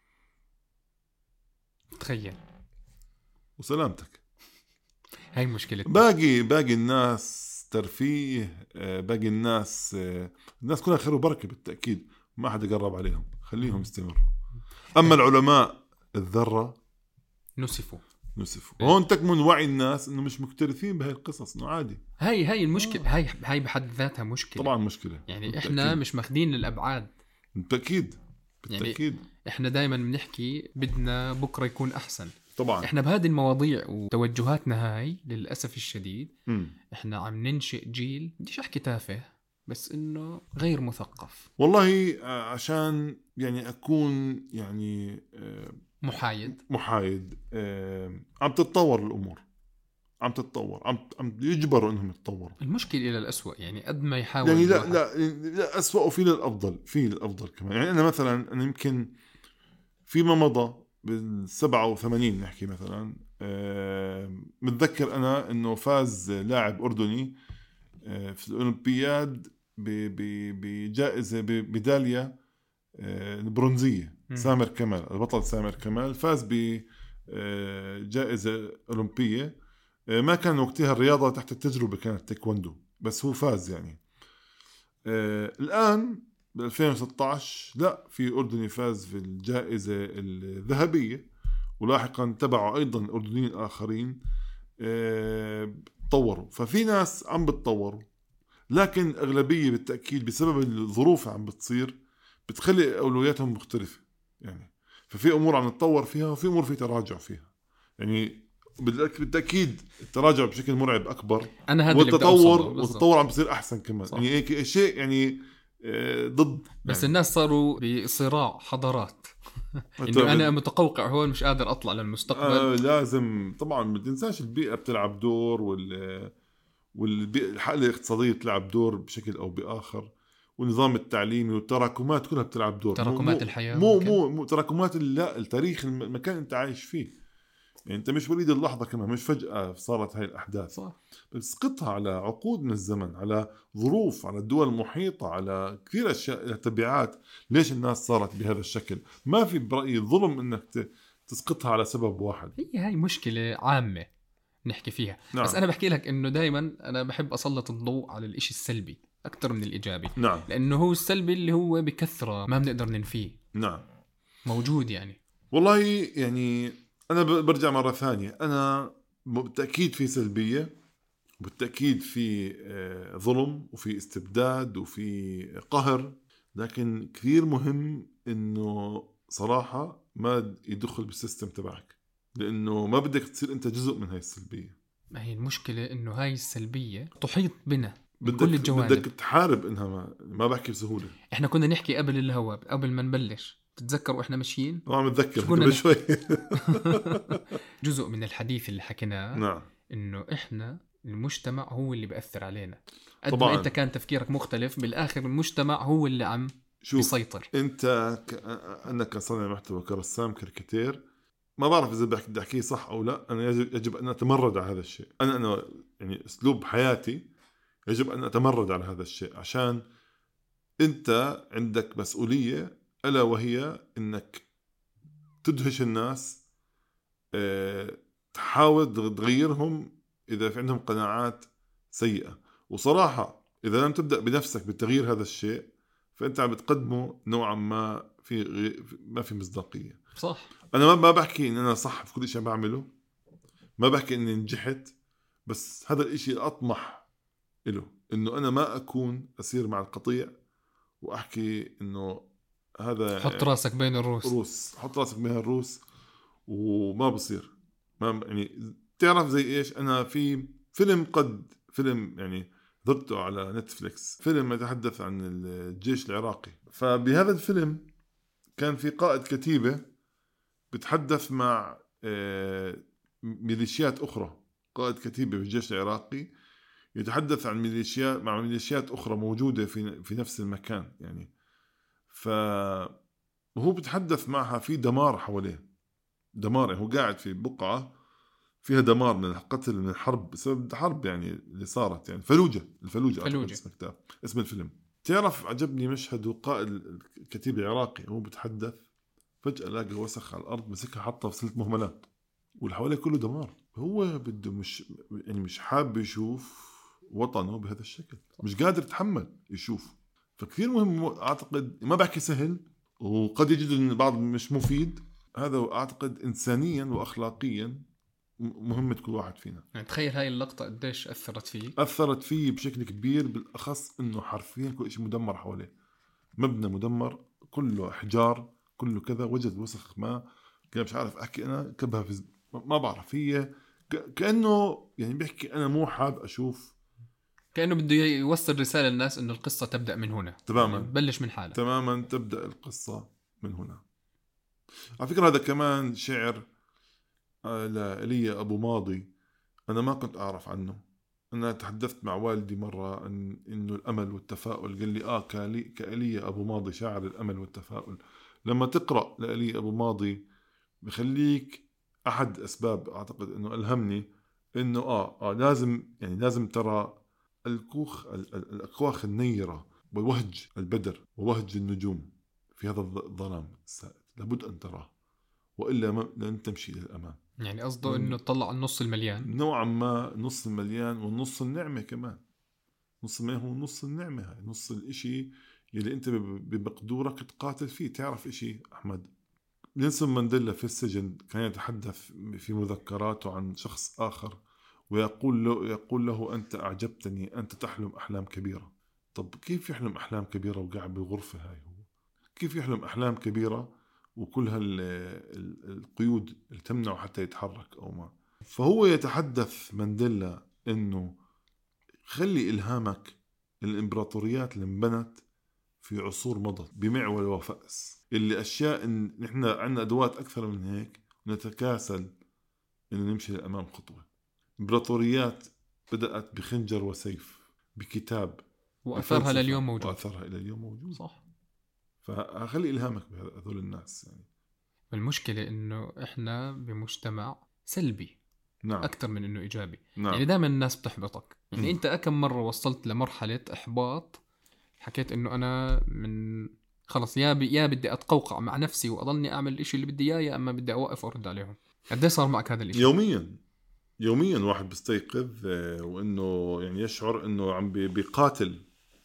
تخيل. وسلامتك. هاي مشكلة. باقي الناس ترفيه، باقي الناس كلها خير وبركة بالتأكيد، ما حدا قرب عليهم، خليهم يستمروا. أما العلماء الذرة نسفوا. هون تكمن وعي الناس إنه مش مكترثين بهاي القصص، إنه عادي. هاي المشكلة. هاي بحد ذاتها مشكلة. طبعا مشكلة يعني بالتأكيد. إحنا مش ماخدين للأبعاد. بالتأكيد. يعني إحنا دايما بنحكي بدنا بكرة يكون أحسن. طبعا إحنا بهذه المواضيع وتوجهاتنا هاي للأسف الشديد إحنا عم ننشئ جيل، بديش أحكي تافه، بس إنه غير مثقف. والله عشان يعني أكون يعني محايد. عم تتطور الأمور، عم يجبروا إنهم يتطوروا. المشكلة إلى الأسوأ، يعني قد ما يحاول يعني لا أسوأ، وفي للأفضل كمان. يعني أنا مثلا يمكن فيما مضى بال87 نحكي مثلا، متذكر أنا إنه فاز لاعب أردني في الأولمبياد بجائزة بدالية البرونزية. سامر كمال، البطل سامر كمال، فاز بجائزة أولمبية. ما كان وقتها الرياضة تحت التجربة، كانت تايكوندو، بس هو فاز يعني. الآن ب 2016 لا، في أردني فاز في الجائزة الذهبية، ولاحقا تبعوا أيضا أردنيين آخرين تطوروا. ففي ناس عم بتطوروا، لكن أغلبية بالتأكيد بسبب الظروف عم بتصير بتخلي أولوياتهم مختلفة يعني. ففي أمور عم نتطور فيها، وفي أمور في تراجع فيها. يعني بالتأكيد التراجع بشكل مرعب أكبر، أنا هذا والتطور عم بصير أحسن كمان. صح. يعني هيك شيء يعني ضد. بس يعني الناس صاروا بصراع حضارات. إنه أنا متقوقع هون، مش قادر أطلع للمستقبل. لازم طبعا، ما تنساش البيئة بتلعب دور، والحالة الاقتصادية بتلعب دور بشكل أو بآخر، والنظام التعليمي والتراكمات كلها بتلعب دور. تراكمات الحياة، مو تراكمات التاريخ، المكان انت عايش فيه. يعني انت مش وليد اللحظة كمان، مش فجأة صارت هاي الأحداث. صح. بتسقطها على عقود من الزمن، على ظروف، على الدول المحيطة، على كثير أشياء لها تبعات. ليش الناس صارت بهذا الشكل؟ ما في برأيي ظلم انك تسقطها على سبب واحد. هاي مشكلة عامة نحكي فيها. نعم. بس أنا بحكي لك إنه دايما أنا بحب أسلط الضوء على الإشي السلبي أكتر من الإيجابي. نعم. لأنه هو السلبي اللي هو بكثرة ما بنقدر ننفيه. نعم. موجود يعني. والله يعني أنا برجع مرة ثانية، أنا بالتأكيد في سلبية، بالتأكيد في ظلم، وفي استبداد، وفي قهر، لكن كثير مهم إنه صراحة ما يدخل بالسيستم تبعك، لأنه ما بدك تصير أنت جزء من هاي السلبية. ما هي المشكلة إنه هاي السلبية تحيط بنا من كل الجوانب. بدك تحارب إنها ما بحكي بسهولة. إحنا كنا نحكي قبل الهواء، قبل ما نبلش، تتذكر وإحنا ماشيين؟ متذكر قبل شوي. جزء من الحديث اللي حكيناه. نعم. إنه إحنا المجتمع هو اللي بيأثر علينا. قد طبعاً. ما أنت كان تفكيرك مختلف، بالآخر المجتمع هو اللي عم بيسيطر. أنت أنا كصانع محتوى، كرسام، كاريكاتير، ما بعرف إذا بدي أحكيه صح أو لا. أنا يجب أن أتمرد على هذا الشيء. أنا يعني أسلوب حياتي يجب أن أتمرد على هذا الشيء، عشان أنت عندك مسؤولية، ألا وهي أنك تدهش الناس، تحاول تغيرهم إذا في عندهم قناعات سيئة. وصراحة إذا لم تبدأ بنفسك بتغيير هذا الشيء، فأنت عم بتقدمه نوعا ما ما في مصداقية. صح. أنا ما بحكي إن أنا صح في كل شيء بعمله، ما بحكي إني نجحت، بس هذا الإشي أطمح إله، إنه أنا ما أكون أسير مع القطيع وأحكي إنه هذا حط راسك بين الروس. حط راسك بين الروس، وما بصير. ما يعني تعرف زي إيش، أنا في فيلم يعني حضرته على نتفليكس، فيلم يتحدث عن الجيش العراقي. فبهذا الفيلم كان في قائد كتيبة بتحدث مع ميليشيات أخرى، قائد كتيبة في الجيش العراقي يتحدث عن ميليشيات أخرى موجودة في نفس المكان يعني. فهو بتحدث معها في دمار حواليه، دمار، يعني هو قاعد في بقعة فيها دمار من القتل من الحرب بسبب حرب يعني اللي صارت، يعني الفلوجة أعتقد اسم الكتاب، اسم الفيلم. تعرف عجبني مشهد وقائد الكتيبة العراقي هو بتحدث، فجأة لاقي وسخ على الأرض، مسكها حطها في سلة مهملات واللي حواليه كله دمار. هو بده مش حاب يشوف وطنه بهذا الشكل، مش قادر يتحمل يشوف. فكثير مهم، أعتقد ما بحكي سهل وقد يجد أن البعض مش مفيد، هذا أعتقد إنسانيا وأخلاقيا مهمة كل واحد فينا. يعني تخيل هاي اللقطة قديش أثرت فيه. أثرت فيه بشكل كبير، بالأخص أنه حرفيا كل شيء مدمر حواليه، مبنى مدمر كله أحجار كله كذا، وجد وسخ ما كان مش عارف أحكي أنا كبها في ما بعرف، هي كأنه يعني بيحكي أنا مو حاب أشوف، كأنه بده يوصل رسالة للناس إنه القصة تبدأ من هنا تماما يعني بلش من حالة تماما، تبدأ القصة من هنا. على فكرة هذا كمان شعر لإيليا أبو ماضي، أنا ما كنت أعرف عنه. أنا تحدثت مع والدي مرة إنه الأمل والتفاؤل، قال لي كإيليا أبو ماضي شاعر الأمل والتفاؤل. لما تقرأ لإيليا أبو ماضي بخليك، أحد أسباب أعتقد إنه ألهمني إنه لازم ترى الأكواخ النيرة ووهج البدر ووهج النجوم في هذا الظلام السائد، لابد أن تراه وإلا لن تمشي للأمام. يعني قصده إنه تطلع النص المليان، نوعا ما نص المليان والنص النعمة كمان. نص المليان هو نص النعمة، هاي نص الإشي يلي أنت بمقدورك تقاتل فيه. تعرف إشي أحمد، نيلسون مانديلا في السجن كان يتحدث في مذكراته عن شخص آخر يقول له أنت أعجبتني، أنت تحلم أحلام كبيرة. طب كيف يحلم أحلام كبيرة وقاعد بالغرفة هاي؟ هو كيف يحلم أحلام كبيرة وكل القيود اللي تمنعه حتى يتحرك أو ما؟ فهو يتحدث مانديلا إنه خلي إلهامك الإمبراطوريات اللي انبنت في عصور مضت بمعول وفأس، اللي أشياء إن نحن عندنا أدوات أكثر من هيك نتكاسل إنه نمشي للأمام خطوة. إمبراطوريات بدأت بخنجر وسيف، بكتاب، وأثرها لليوم موجود، وأثرها إلى اليوم موجود. صح. فخلي إلهامك بهذول الناس يعني. المشكلة إنه إحنا بمجتمع سلبي، نعم. أكثر من إنه إيجابي. نعم. يعني دائما الناس بتحبطك، يعني أنت أكم مرة وصلت لمرحلة إحباط حكيت إنه أنا من خلص يا بدي أتقوقع مع نفسي وأضلني أعمل الإشي اللي بدي إياه، يا أما بدي أوقف وأرد عليهم. قد إيه صار معك هذا الإشي؟ يوميا واحد بيستيقظ وإنه يعني يشعر إنه عم بيقاتل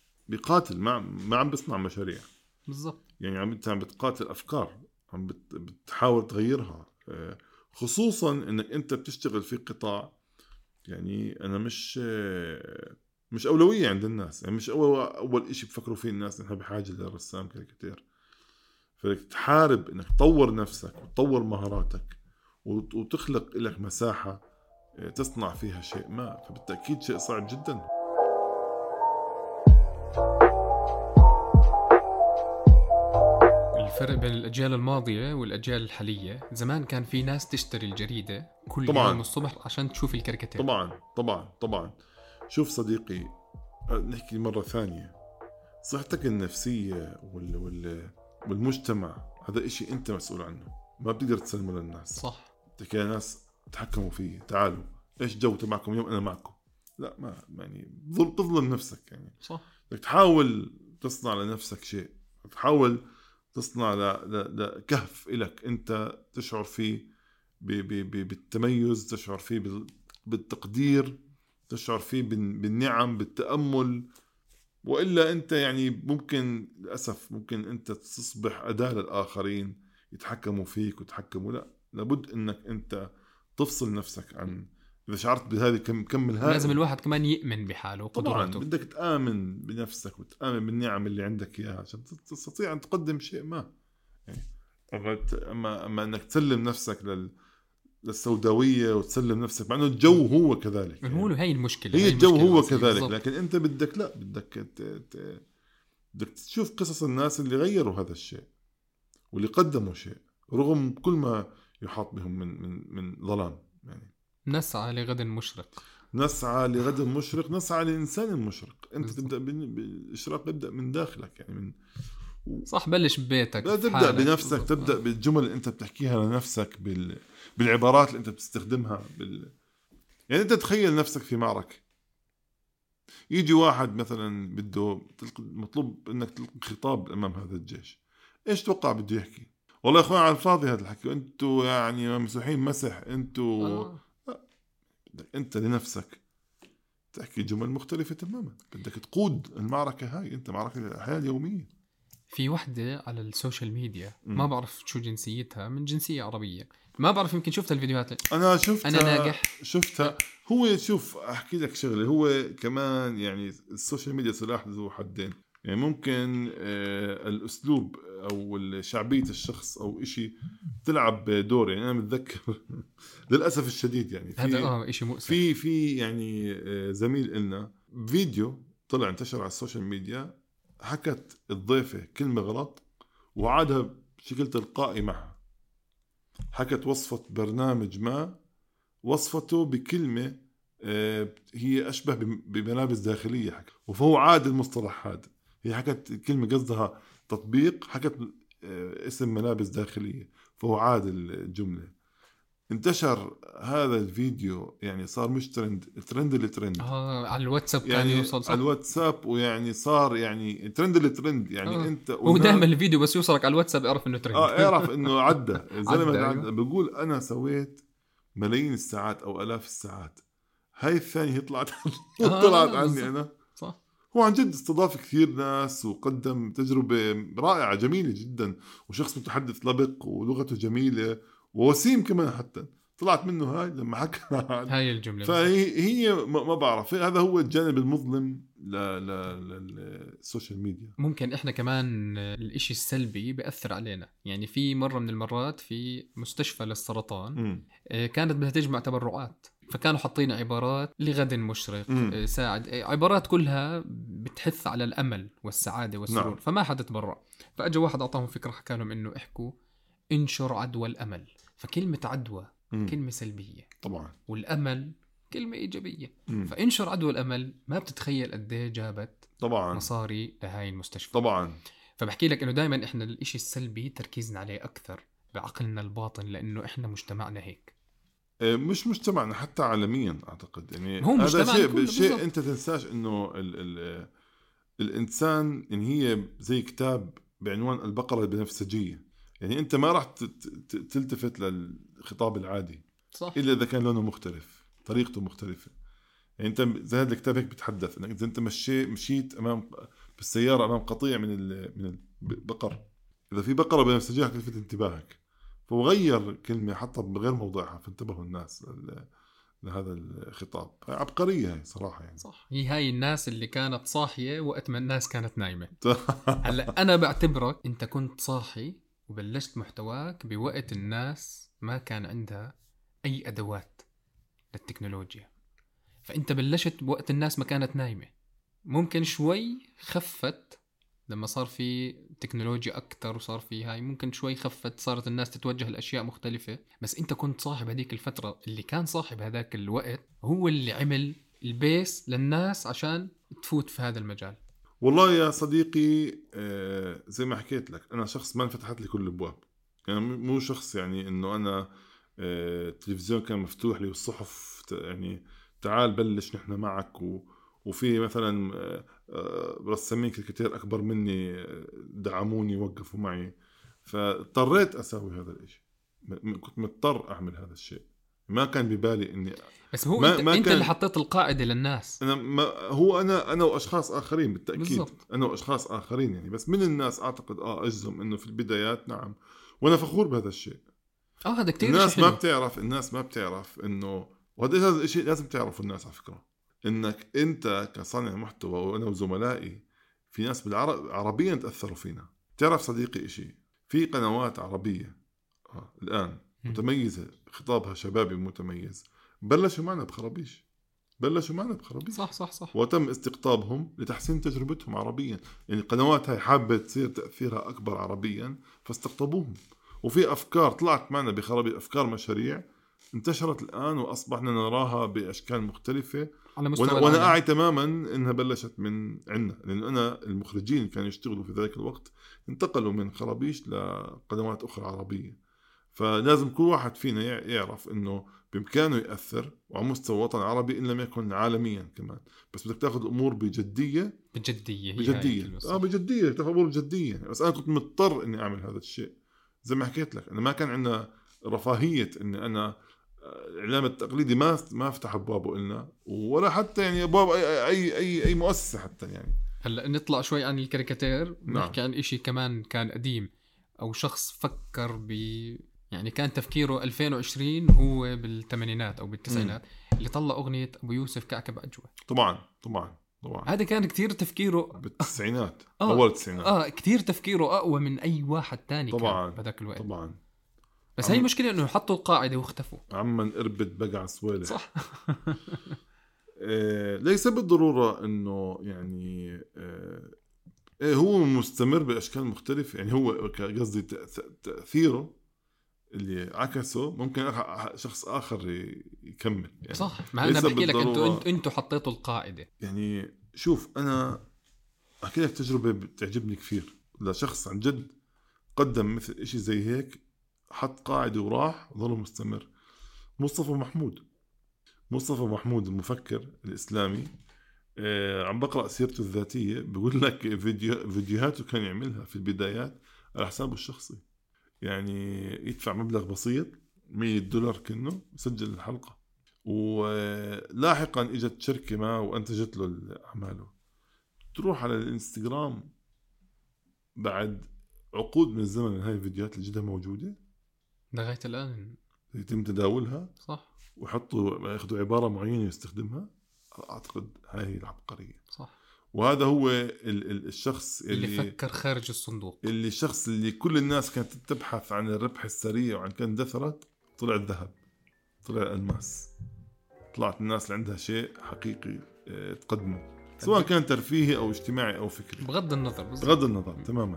ما عم بيصنع مشاريع. بالضبط. يعني أنت عم بتقاتل أفكار، عم بتحاول تغيرها، خصوصا إنك أنت بتشتغل في قطاع يعني أنا مش أولوية عند الناس، يعني مش أول إشي بفكروا فيه الناس نحن بحاجة لرسام كاريكاتير. فتحارب إنك تطور نفسك وتطور مهاراتك وتخلق لك مساحة تصنع فيها شيء ما، فبالتأكيد شيء صعب جدا. الفرق بين الأجيال الماضية والأجيال الحالية، زمان كان في ناس تشتري الجريدة كل يوم الصبح عشان تشوف الكاريكاتير. طبعا. شوف صديقي، نحكي مرة ثانية، صحتك النفسية والمجتمع هذا إشي أنت مسؤول عنه، ما بتقدر تسلمه للناس. صح. تحكي ناس تحكموا فيه، تعالوا إيش جو تبعكم اليوم أنا معكم، لا ما يعني تظلم نفسك يعني. صح. تحاول تصنع لنفسك شيء، تحاول تصنع كهف إلك أنت تشعر فيه بالتميز، تشعر فيه بالتقدير، تشعر فيه بالنعم، بالتأمل. وإلا أنت يعني ممكن للأسف ممكن أنت تصبح أداة للآخرين يتحكموا فيك وتحكموا. لا، لابد أنك أنت تفصل نفسك عن، إذا شعرت بهذه كمل هذا. لازم الواحد كمان يؤمن بحاله وقدراته. طبعا بدك تآمن بنفسك وتآمن بالنعم اللي عندك إياها عشان تستطيع أن تقدم شيء ما يعني. أما أنك تسلم نفسك للسوداوية وتسلم نفسك، مع انه الجو هو كذلك يعني. هو هي المشكلة، هي الجو هو الأصلية كذلك بالضبط. لكن انت بدك لا بدك تشوف قصص الناس اللي غيروا هذا الشيء واللي قدموا شيء رغم كل ما يحاط بهم من ظلام يعني. نسعى لغد مشرق. نسعى لغد مشرق، نسعى لإنسان مشرق. انت بالضبط. تبدأ بالإشراق، يبدأ من داخلك يعني من صح، بلش ببيتك، في تبدأ حالك. بنفسك، بالضبط. تبدأ بالجمل اللي انت بتحكيها لنفسك بالعبارات اللي انت بتستخدمها يعني انت تخيل نفسك في معركة، يجي واحد مثلا بده مطلوب انك تلقي خطاب امام هذا الجيش، ايش توقع بده يحكي؟ والله يا اخوان على الفاضي هذا الحكي، انتوا يعني ممسوحين مسح انتوا. انت لنفسك تحكي جمل مختلفة تماما، بدك تقود المعركة هاي، انت معركة الحياة اليومية. في وحدة على السوشيال ميديا ما بعرف شو جنسيتها، من جنسية عربية، ما بعرف، يمكن شفت الفيديوهات. انا شفتها، أنا ناجح. شفتها. هو شوف احكي لك شغله، هو كمان يعني السوشيال ميديا سلاح ذو حدين. يعني ممكن الاسلوب او شعبيه الشخص او إشي تلعب دور. يعني انا متذكر للاسف الشديد يعني هذا إشي مؤسف. في يعني زميل إلنا فيديو طلع انتشر على السوشيال ميديا، حكت الضيفة كلمة غلط وعادها بشكل تلقائي معها، حكت وصفة برنامج ما، وصفته بكلمة هي أشبه بملابس داخلية حكت، وفهو عاد المصطلح هذا. هي حكت كلمة قصدها تطبيق، حكت اسم ملابس داخلية، فهو عاد الجملة. انتشر هذا الفيديو يعني صار مش ترند الترند على الواتساب كان يعني يوصل، صح؟ على الواتساب، ويعني صار يعني ترند الترند يعني انت هو دائما الفيديو بس يوصلك على الواتساب اعرف انه ترند. اعرف انه عدى الزلمه عدى، عدى. أيوة. بقول انا سويت ملايين الساعات او الاف الساعات، هاي الثانيه طلعت طلعت عني بالضبط. انا. صح. هو عن جد استضاف كثير ناس وقدم تجربه رائعه جميله جدا، وشخص متحدث لبق ولغته جميله ووسيم كمان حتى. طلعت منه هاي لما حكى هاي الجملة. فهي ما بعرف، هذا هو الجانب المظلم للسوشيال ميديا. ممكن احنا كمان الاشي السلبي بيأثر علينا. يعني في مرة من المرات في مستشفى للسرطان كانت بدها تجمع تبرعات، فكانوا حاطين عبارات لغد مشرق، ساعد، عبارات كلها بتحث على الأمل والسعادة والسرور. نعم. فما حدا تبرع، فأجا واحد أعطاهم فكرة، حكى لهم إنه احكوا انشر عدوى الأمل. فكلمة عدوى كلمة سلبية طبعا، والأمل كلمة إيجابية. فانشر عدوى الأمل، ما بتتخيل قد ايه جابت طبعا مصاري لهاي المستشفى. طبعا. فبحكي لك إنه دائما إحنا الإشي السلبي تركيزنا عليه أكثر بعقلنا الباطن، لأنه إحنا مجتمعنا هيك. مش مجتمعنا، حتى عالميا اعتقد يعني هو هذا مجتمعنا شيء انت تنساش انه ال الانسان يعني هي زي كتاب بعنوان البقرة البنفسجية. يعني انت ما راح تلتفت للخطاب العادي، صح. الا اذا كان لونه مختلف، طريقته مختلفة. يعني انت زي هذا الكتاب هيك بتحدث انك اذا انت مشيت امام بالسيارة امام قطيع من البقر، اذا في بقرة بنفسجية تلفت انتباهك. فهو غير كلمة حطها بغير موضعها، فانتبهوا الناس لهذا الخطاب. عبقرية هي صراحة يعني. صح، هي هاي الناس اللي كانت صاحية وقت ما الناس كانت نايمة. هلا أنا بعتبرك أنت كنت صاحي وبلشت محتواك بوقت الناس ما كان عندها أي أدوات للتكنولوجيا، فأنت بلشت بوقت الناس ما كانت نايمة. ممكن شوي خفت لما صار في تكنولوجيا أكتر وصار في هاي، ممكن شوي خفت، صارت الناس تتوجه لأشياء مختلفة. بس أنت كنت صاحب هذيك الفترة، اللي كان صاحب هذاك الوقت هو اللي عمل البيس للناس عشان تفوت في هذا المجال. والله يا صديقي زي ما حكيت لك، أنا شخص ما انفتحت لي كل الأبواب. يعني مو شخص يعني إنه أنا التلفزيون كان مفتوح لي والصحف يعني تعال بلش نحن معك، وفي مثلا رسامين كتير أكبر مني دعموني وقفوا معي، فاضطريت أسوي هذا الإشي. كنت مضطر أعمل هذا الشيء، ما كان ببالي إني بس هو ما انت كان اللي حطيت القاعدة للناس. أنا وأشخاص آخرين بالتأكيد. بالزبط. أنا وأشخاص آخرين يعني، بس من الناس أعتقد أجزم إنه في البدايات نعم، وأنا فخور بهذا الشيء. هذا كتير الناس ما بتعرف إنه، وهذا الشيء لازم تعرفه الناس على فكرة، إنك أنت كصانع محتوى وأنا وزملائي في ناس عربيا تأثروا فينا. تعرف صديقي إشي، في قنوات عربية الآن متميزة، خطابها شبابي متميز، بلشوا معنا بخرابيش. صح. وتم استقطابهم لتحسين تجربتهم عربيا. يعني القنوات هاي حابة تصير تأثيرها أكبر عربيا فاستقطبوهم. وفي أفكار طلعت معنا بخرابيش، أفكار مشاريع انتشرت الآن وأصبحنا نراها بأشكال مختلفة على مستوى وأنا العالم. أعي تماما إنها بلشت من عنا، لأن أنا المخرجين اللي كانوا يشتغلوا في ذلك الوقت انتقلوا من خرابيش لقنوات أخرى عربية. فلازم كل واحد فينا يعرف إنه بإمكانه يأثر وعلى مستوى الوطن العربي إن لم يكن عالميا كمان، بس بدك تأخذ الأمور بجدية. بجدية تأخذ الأمور بجدية. بس أنا كنت مضطر إني أعمل هذا الشيء. زي ما حكيت لك، أنا ما كان عندنا رفاهية إني أنا الإعلام التقليدي ما فتح أبوابه إلنا، ولا حتى يعني أبواب أي مؤسسة حتى. يعني هلا نطلع شوي عن الكاريكاتير، نعم. نحكي عن إشي كمان كان قديم أو شخص فكر يعني كان تفكيره 2020 هو بالثمانينات أو بالتسعينات اللي طلع أغنية أبو يوسف كعكب أجوى. طبعا هذا كان كتير تفكيره بالتسعينات. أول التسعينات كتير تفكيره أقوى من أي واحد تاني طبعا كان بهذاك الوقت. طبعا. بس هي المشكلة إنه حطوا القاعدة واختفوا. عمن قربت بقع سوالف. صح. ليس بالضرورة إنه يعني هو مستمر بأشكال مختلفة. يعني هو قصدي تأثيره اللي عكسه ممكن شخص آخر يكمل. يعني صح. ما أنا بحكي لك أنتوا حطيتوا القاعدة. يعني شوف، أنا أحكي لك تجربة بتعجبني كثير لشخص عن جد قدم مثل إشي زي هيك، حط قاعدة وراح ظل مستمر. مصطفى محمود المفكر الإسلامي. عم بقرأ سيرته الذاتية، بيقول لك فيديوهاته كان يعملها في البدايات على حسابه الشخصي. يعني يدفع مبلغ بسيط $100 كأنه يسجل الحلقة، ولاحقا اجت شركة ما وانتجت له أعماله. تروح على الانستغرام بعد عقود من الزمن هاي الفيديوهات اللي جدها موجودة لغاية الآن يتم تداولها. صح. ياخذوا عبارة معينة يستخدمها. أعتقد هاي العبقرية. صح. وهذا هو الشخص اللي فكر خارج الصندوق، الشخص اللي كل الناس كانت تبحث عن الربح السريع وعن كان دثرت، طلع الذهب، طلع الألماس، طلعت الناس اللي عندها شيء حقيقي تقدمه، سواء كان ترفيهي أو اجتماعي أو فكري. بغض النظر تماما.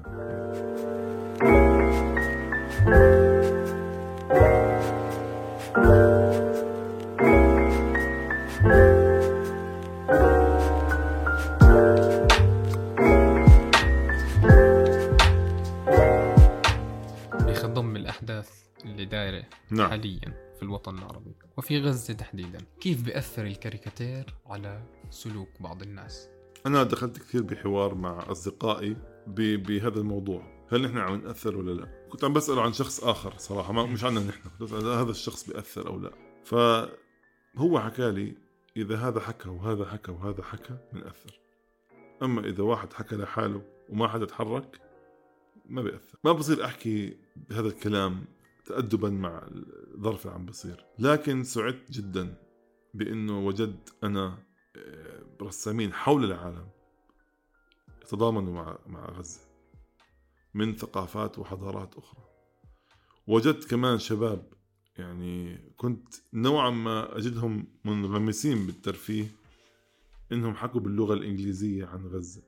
بيخضم الأحداث اللي دايرة حاليا في الوطن العربي وفي غزة تحديدا، كيف بيأثر الكاريكاتير على سلوك بعض الناس؟ أنا دخلت كثير بحوار مع أصدقائي بهذا الموضوع، هل نحن عم نأثر ولا لا؟ كنت عم بسأله عن شخص آخر صراحة، مش عنا نحن، هذا الشخص بيأثر أو لا. فهو حكى لي إذا هذا حكى وهذا حكى وهذا حكى بنأثر، أما إذا واحد حكى لحاله وما حدا تحرك ما بيأثر. ما بصير أحكي بهذا الكلام تأدبا مع الظرف اللي عم بصير، لكن سعدت جدا بأنه وجدت أنا رسامين حول العالم يتضامنوا مع غزة من ثقافات وحضارات أخرى. وجدت كمان شباب يعني كنت نوعا ما أجدهم منغمسين بالترفيه إنهم حكوا باللغة الإنجليزية عن غزة.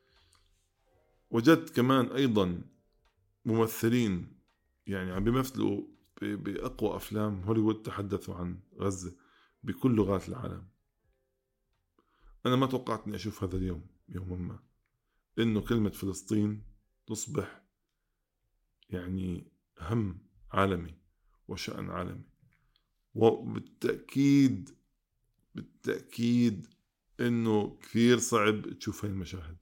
وجدت كمان أيضا ممثلين يعني عم بيمثلوا بأقوى أفلام هوليوود تحدثوا عن غزة بكل لغات العالم. أنا ما توقعت أني أشوف هذا اليوم يوما ما، إنه كلمة فلسطين تصبح يعني هم عالمي وشأن عالمي. وبالتأكيد إنه كثير صعب تشوف هاي المشاهد،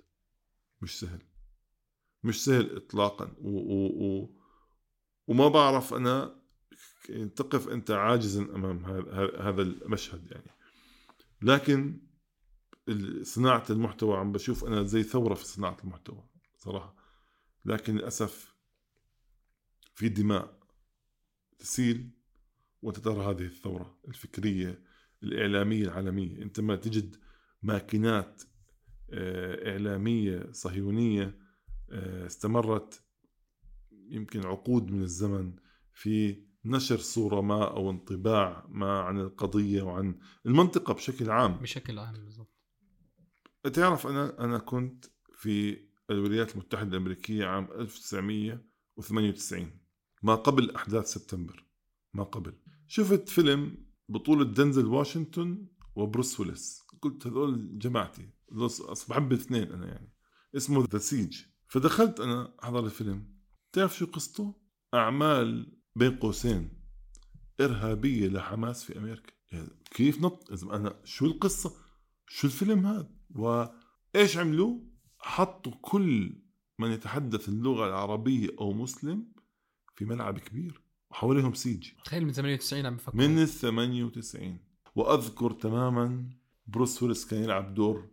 مش سهل إطلاقا. وما بعرف أنا تقف أنت عاجزا أمام هذا المشهد يعني. لكن صناعة المحتوى عم بشوف أنا زي ثورة في صناعة المحتوى صراحة، لكن للأسف في دماء تسيل وتترى هذه الثورة الفكرية الإعلامية العالمية. أنت ما تجد ماكينات إعلامية صهيونية استمرت يمكن عقود من الزمن في نشر صورة ما أو انطباع ما عن القضية وعن المنطقة بشكل عام. بالضبط. تعرف أنا كنت في الولايات المتحدة الأمريكية عام 1998 ما قبل أحداث سبتمبر، ما قبل. شفت فيلم بطولة دنزل واشنطن وبروس ويلس، قلت هذول جماعتي، بحب الاثنين أنا يعني. اسمه ذا سيج. فدخلت أنا أحضر الفيلم. تعرف شو قصته؟ أعمال بين قوسين إرهابية لحماس في أمريكا. يعني كيف أنا شو القصة؟ شو الفيلم هذا؟ وإيش عملوا؟ حطوا كل من يتحدث اللغة العربية أو مسلم في ملعب كبير وحواليهم سيج. تخيل من 98 عم بفكر. من 98. وأذكر تماما بروس ويلس كان يلعب دور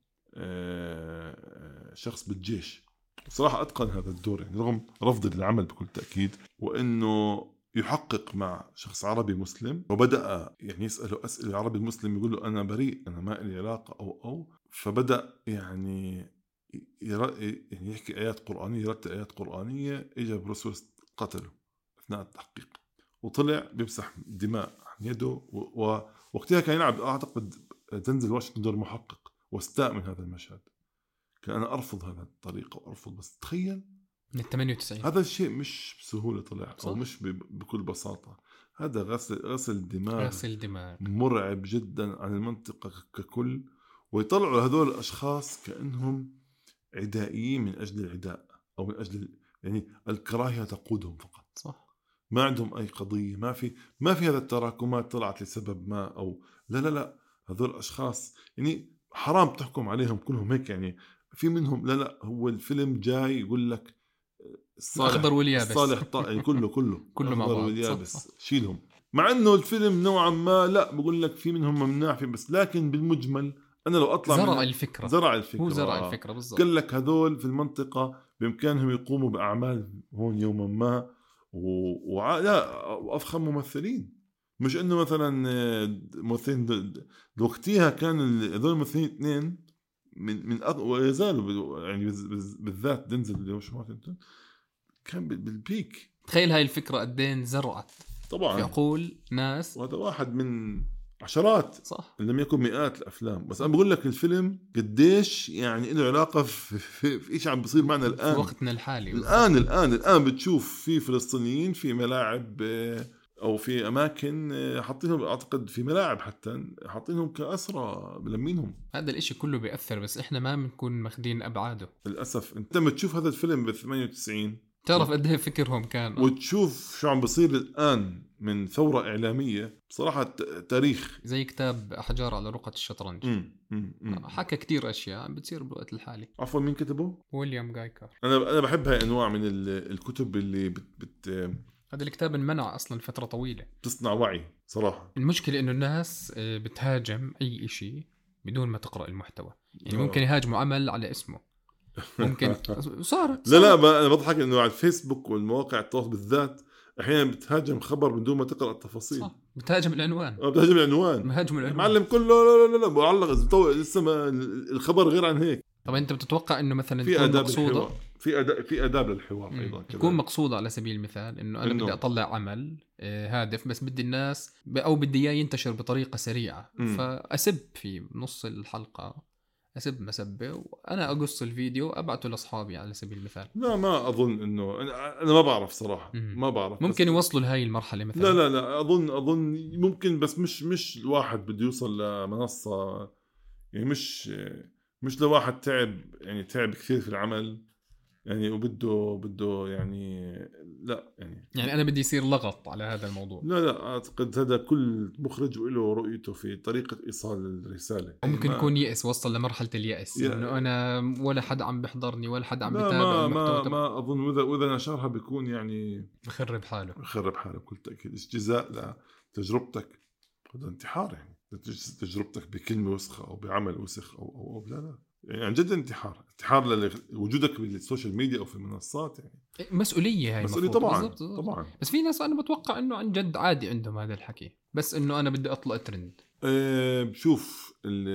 شخص بالجيش. صراحة أتقن هذا الدور يعني رغم رفض العمل بكل تأكيد، وإنه يحقق مع شخص عربي مسلم. وبدأ يعني يسأله أسئلة العربي المسلم، يقول له أنا بريء، أنا ما لي علاقة أو فبدأ يعني يحكي آيات قرآنية، يرتل آيات قرآنية. إجا بروس ويلس قتله أثناء التحقيق، وطلع بيمسح دماء عن يده. ووقتها كان يلعب أعتقد دنزل واشنطن دور محقق، واستاء من هذا المشهد. كان أنا أرفض هذا الطريقة وأرفض. بس تخيل من 98 هذا الشيء مش بسهولة طلع، صح. أو مش بكل بساطة. هذا غسل دماغ مرعب جدا عن المنطقة ككل. ويطلعوا هذول الأشخاص كأنهم عدائيين من أجل العداء، أو من أجل يعني الكراهية تقودهم فقط. صح. ما عندهم أي قضية، ما في هذا التراكمات طلعت لسبب ما، أو لا هذول أشخاص يعني حرام تحكم عليهم كلهم هيك. يعني في منهم لا هو الفيلم جاي يقول لك الصالح الأخضر واليابس، الصالح يعني كله كله مع الأخضر بعض. واليابس صح. شيلهم. مع إنه الفيلم نوعا ما لا بقول لك في منهم ممنوع في، بس لكن بالمجمل أنا لو أطلع زرع الفكرة. هو زرع الفكرة بالضبط. قال لك هذول في المنطقة بإمكانهم يقوموا بأعمال هون يوما ما، لا وأفخم ممثلين. مش إنه مثلا ممثلين وقتها كان هذول الممثلين اثنين من ويزالوا يعني بالذات دنزل واشنطن كان بالبيك. تخيل هاي الفكرة قدين زرعت طبعا في عقول ناس، وهذا واحد من عشرات صح، إن لم يكن مئات الأفلام. بس أنا بقول لك الفيلم قديش يعني له علاقة في إيش عم بصير معنا الآن في وقتنا الحالي. الآن بتشوف في فلسطينيين في ملاعب أو في أماكن حاطينهم، أعتقد في ملاعب حتى حاطينهم كأسرى ملمينهم. هذا الاشي كله بيأثر، بس إحنا ما بنكون ماخدين أبعاده للأسف. أنت لما تشوف هذا الفيلم ب 98 تعرف قد ايه فكرهم كان وتشوف شو عم بصير الآن من ثورة إعلامية، بصراحة تاريخ. زي كتاب أحجار على رقعة الشطرنج. حكى كتير أشياء عم بتصير بالوقت الحالي. عفوا مين كتبه؟ ويليام جايكر. أنا بحب هاي أنواع من الكتب اللي هذا الكتاب انمنع أصلا فترة طويلة. تصنع وعي صراحة. المشكلة إنه الناس بتهاجم أي إشي بدون ما تقرأ المحتوى. يعني ممكن يهاجموا عمل على اسمه، ممكن صارت. لا أنا بضحك إنه على الفيسبوك والمواقع التواصل بالذات أحيانا بتهاجم خبر بدون ما تقرأ التفاصيل. صح. بتهاجم العنوان. بتهاجم العنوان. معلم كله لا معلق لسه الخبر غير عن هيك. طب أنت بتتوقع إنه مثلا في آداب مقصودة في آداب للحوار أيضا تكون مقصودة على سبيل المثال إنه أنا بدي أطلع عمل هادف، بس بدي الناس أو بدي إياه ينتشر بطريقة سريعة، فأسب في نص الحلقة، أسب مسبة، وأنا أقص الفيديو أبعته لأصحابي على سبيل المثال. لا ما أظن إنه أنا ما بعرف صراحة. ما بعرف. ممكن يوصلوا لهاي المرحلة مثلا. لا أظن ممكن، بس مش الواحد بده يوصل لمنصة يعني مش لواحد تعب كثير في العمل يعني وبده يعني لا يعني أنا بدي يصير لغط على هذا الموضوع. لا أعتقد هذا كل مخرج وله رؤيته في طريقة إيصال الرسالة. ممكن يكون يأس، وصل لمرحلة اليأس إنه أنا ولا حد عم بحضرني ولا حد عم بتابع المحتوى. ما أظن وإذا نشرها بيكون يعني بخرب حاله بكل تأكيد. اجتزاء لتجربتك، هذا انتحار. يعني تجربتك بكلمة وسخة أو بعمل وسخ أو لا يعني عن جد انتحار لوجودك بالسوشيال ميديا أو في المنصات. يعني مسؤولية، هاي مسؤولية طبعا. بس في ناس أنا بتوقع إنه عن جد عادي عندهم هذا الحكي، بس إنه أنا بدي أطلع ترند. شوف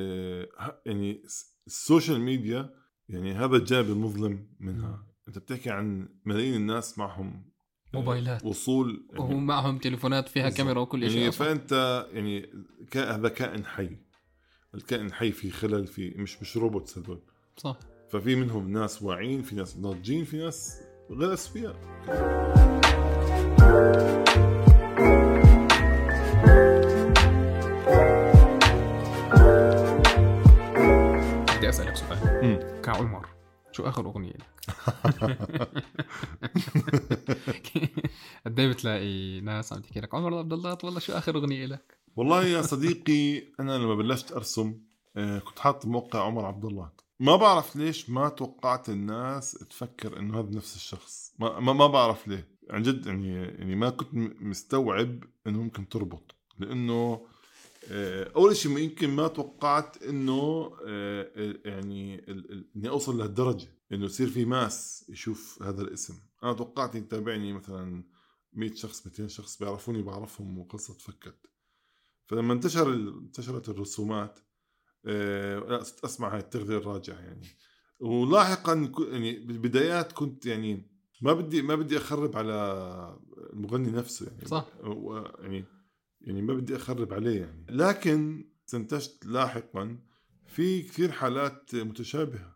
يعني السوشيال ميديا يعني هذا الجانب المظلم منها. أنت بتحكي عن ملايين الناس معهم موبايلات وصول يعني ومعهم تليفونات فيها كاميرا وكل شيء يعني فأنت يعني هذا كائن حي. الكائن الحي في خلل، في مش روبوتس هذول. صح. ففي منهم ناس واعيين، في ناس ناضجين، في ناس غير أسفياء. بدي أسألك سؤال. كعمر، شو آخر أغنية لك؟ قديه بتلاقي ناس عم تحكي لك عمر عبد الله والله شو آخر أغنية لك؟ والله يا صديقي أنا لما بلشت أرسم كنت حاط موقع عمر عبد الله. ما بعرف ليش ما توقعت الناس تفكر إنه هذا نفس الشخص. ما بعرف ليه عن جد. يعني ما كنت مستوعب إنه ممكن تربط، لأنه أول شيء يمكن ما توقعت إنه يعني إني أوصل لهالدرجة إنه يصير في ماس يشوف هذا الاسم. أنا توقعت إن تابعني مثلا 100 شخص 200 شخص بيعرفوني بعرفهم وقصة فكت. فلما انتشرت الرسومات أسمع هاي التغذية الراجعة يعني. ولاحقا يعني بالبدايات كنت يعني ما بدي أخرب على المغني نفسه يعني. صح. يعني ما بدي أخرب عليه يعني. لكن استنتجت لاحقا في كثير حالات متشابهة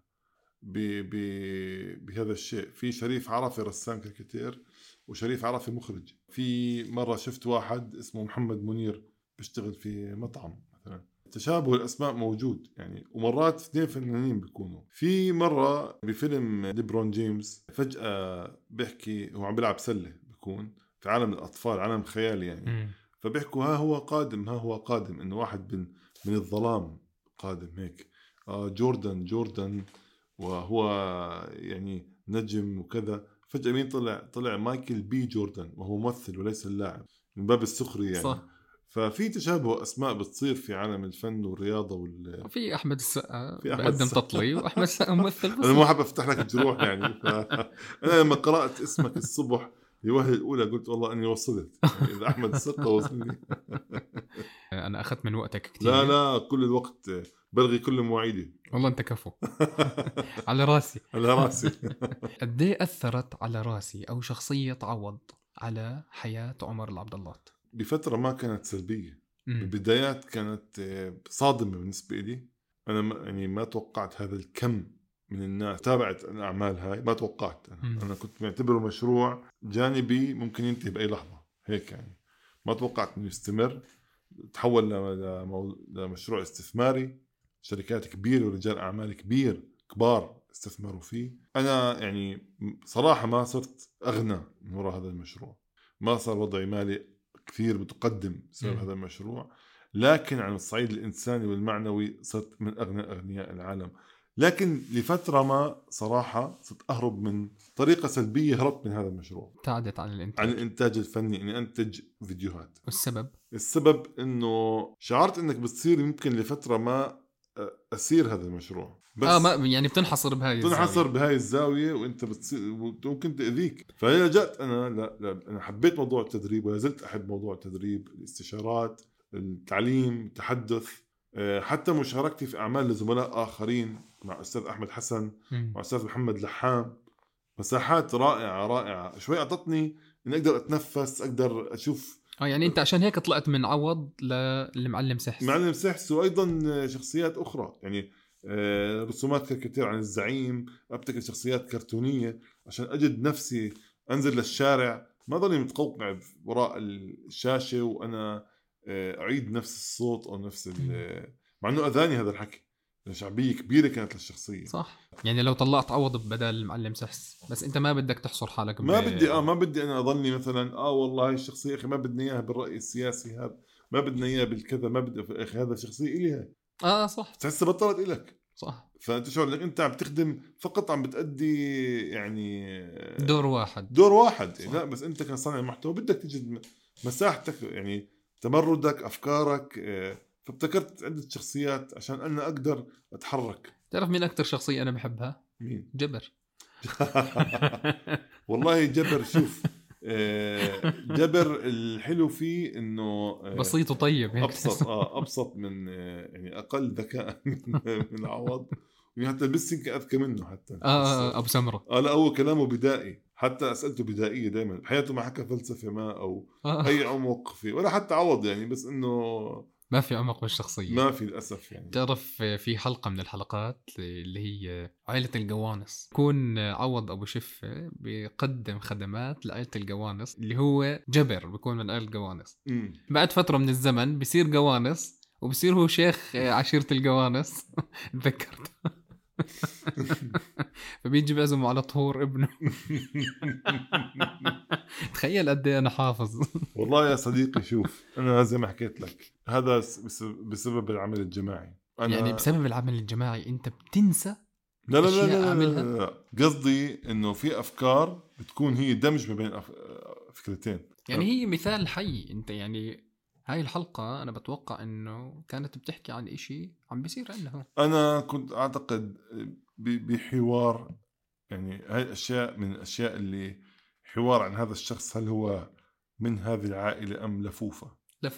بهذا الشيء. في شريف عرفي رسام كاريكاتير، وشريف عرفي مخرج. في مرة شفت واحد اسمه محمد منير بيشتغل في مطعم مثلا. تشابه الأسماء موجود يعني. ومرات 2 فنانين بيكونوا. في مرة بفيلم ليبرون جيمس فجأة بيحكي، هو عم بيلعب سلة، بيكون في عالم الأطفال، عالم خيالي يعني. فبيحكوا ها هو قادم إنه واحد من الظلام قادم هيك. جوردن وهو يعني نجم وكذا. فجأة مين طلع مايكل بي جوردن، وهو ممثل وليس اللاعب، من باب السخرية يعني. صح. ففي تشابه أسماء بتصير في عالم الفن والرياضة في أحمد السقا في أحمد بقدم السقا. تطلي، وأحمد السقا ممثل أنا ما حاب أفتح لك الجروح يعني. أنا لما قرأت اسمك الصبح الوهلة الأولى قلت والله أني وصلت يعني. إذا أحمد السقا وصلني. أنا أخذت من وقتك كتير. لا كل الوقت بلغي كل مواعيدي. والله أنت كفو. على راسي. قد ايه أثرت على راسي أو شخصية عوض على حياة عمر العبد الله؟ بفترة ما كانت سلبية. بالبدايات كانت صادمة بالنسبة لي. أنا يعني ما توقعت هذا الكم من الناس تابعت الأعمال هاي. ما توقعت. أنا كنت معتبره مشروع جانبي ممكن ينتهي بأي لحظة هيك يعني. ما توقعت إنه يستمر. تحول لمشروع استثماري. شركات كبيرة ورجال أعمال كبار استثمروا فيه. أنا يعني صراحة ما صرت أغنى من وراء هذا المشروع. ما صار وضعي مالي كثير متقدم بسبب هذا المشروع. لكن على الصعيد الإنساني والمعنوي صرت من أغنى أغنياء العالم. لكن لفترة ما صراحة صرت أهرب من طريقة سلبية. هربت من هذا المشروع. ابتعدت عن الإنتاج الفني، إني أنتج فيديوهات. السبب إنه شعرت إنك بتصير يمكن لفترة ما أسير هذا المشروع. بس ما يعني بتنحصر بهاي الزاوية وأنت بتصير ممكن تأذيك. فلجأت أنا لا أنا حبيت موضوع التدريب، ولا زلت أحب موضوع التدريب، الاستشارات، التعليم، التحدث. حتى مشاركتي في أعمال لزملاء آخرين مع أستاذ أحمد حسن، مع أستاذ محمد لحام. مساحات رائعة شوي أعطتني إن أقدر أتنفس، أقدر أشوف. يعني أنت عشان هيك طلعت من عوض للمعلم سحس. وأيضا شخصيات أخرى يعني. رسومات كاريكاتير عن الزعيم، أبتكر شخصيات كرتونية عشان أجد نفسي أنزل للشارع، ما ضلني متقوقع وراء الشاشة وأنا أعيد نفس الصوت أو نفس مع أنه أذاني هذا الحكي. شعبية كبيرة كانت للشخصية. صح. يعني لو طلعت عوض بدل المعلم سحس، بس أنت ما بدك تحصر حالك. ما بدي أنا أظني مثلا والله الشخصية أخي ما بدنا إياها بالرأي السياسي هذا، ما بدنا إياها بالكذا، ما بدي أخي هذا الشخصية إلي هاي. صح. تحس بطلت إلك. صح. فأنت شعور إنك أنت عم تخدم فقط، عم بتأدي يعني دور واحد. لا بس أنت كصانع محتوى بدك تجد مساحتك يعني، تمردك، أفكارك. فابتكرت عدة شخصيات عشان أنا أقدر أتحرك. تعرف مين أكتر شخصية أنا بحبها؟ مين؟ جبر. والله جبر شوف جبر الحلو فيه إنه بسيط وطيب هيك. أبسط من يعني أقل ذكاء من عوض. يعني حتى البسنك أذكى منه حتى. أبو سمرة. لا هو كلامه بدائي حتى اسئلته بدائيه دائما بحياته ما حكى فلسفه ما او اي عمق فيه ولا حتى عوض يعني، بس انه ما في عمق بالشخصية. ما في للاسف يعني. تعرف في حلقة من الحلقات اللي هي عائلة القوانص، يكون عوض أبو شفة بيقدم خدمات لعائلة القوانص اللي هو جبر بيكون من عائلة القوانص. بعد فترة من الزمن بيصير قوانص وبصير هو شيخ عشيرة القوانص. تذكرت. فبيجي بيعزمه على طهور ابنه. تخيل قد ايه انا حافظ. والله يا صديقي شوف، انا زي ما حكيت لك هذا بسبب العمل الجماعي. أنا يعني بسبب العمل الجماعي انت بتنسى لا لا لا أشياء لا, لا, أعملها؟ لا, لا. قصدي انه في افكار بتكون هي دمج ما بين فكرتين. يعني هي مثال حي. انت يعني هاي الحلقة أنا بتوقع إنه كانت بتحكي عن إشي عم بيصير عندنا هون. أنا كنت أعتقد بحوار، يعني هاي الأشياء من الأشياء اللي حوار عن هذا الشخص، هل هو من هذه العائلة أم لفوفة.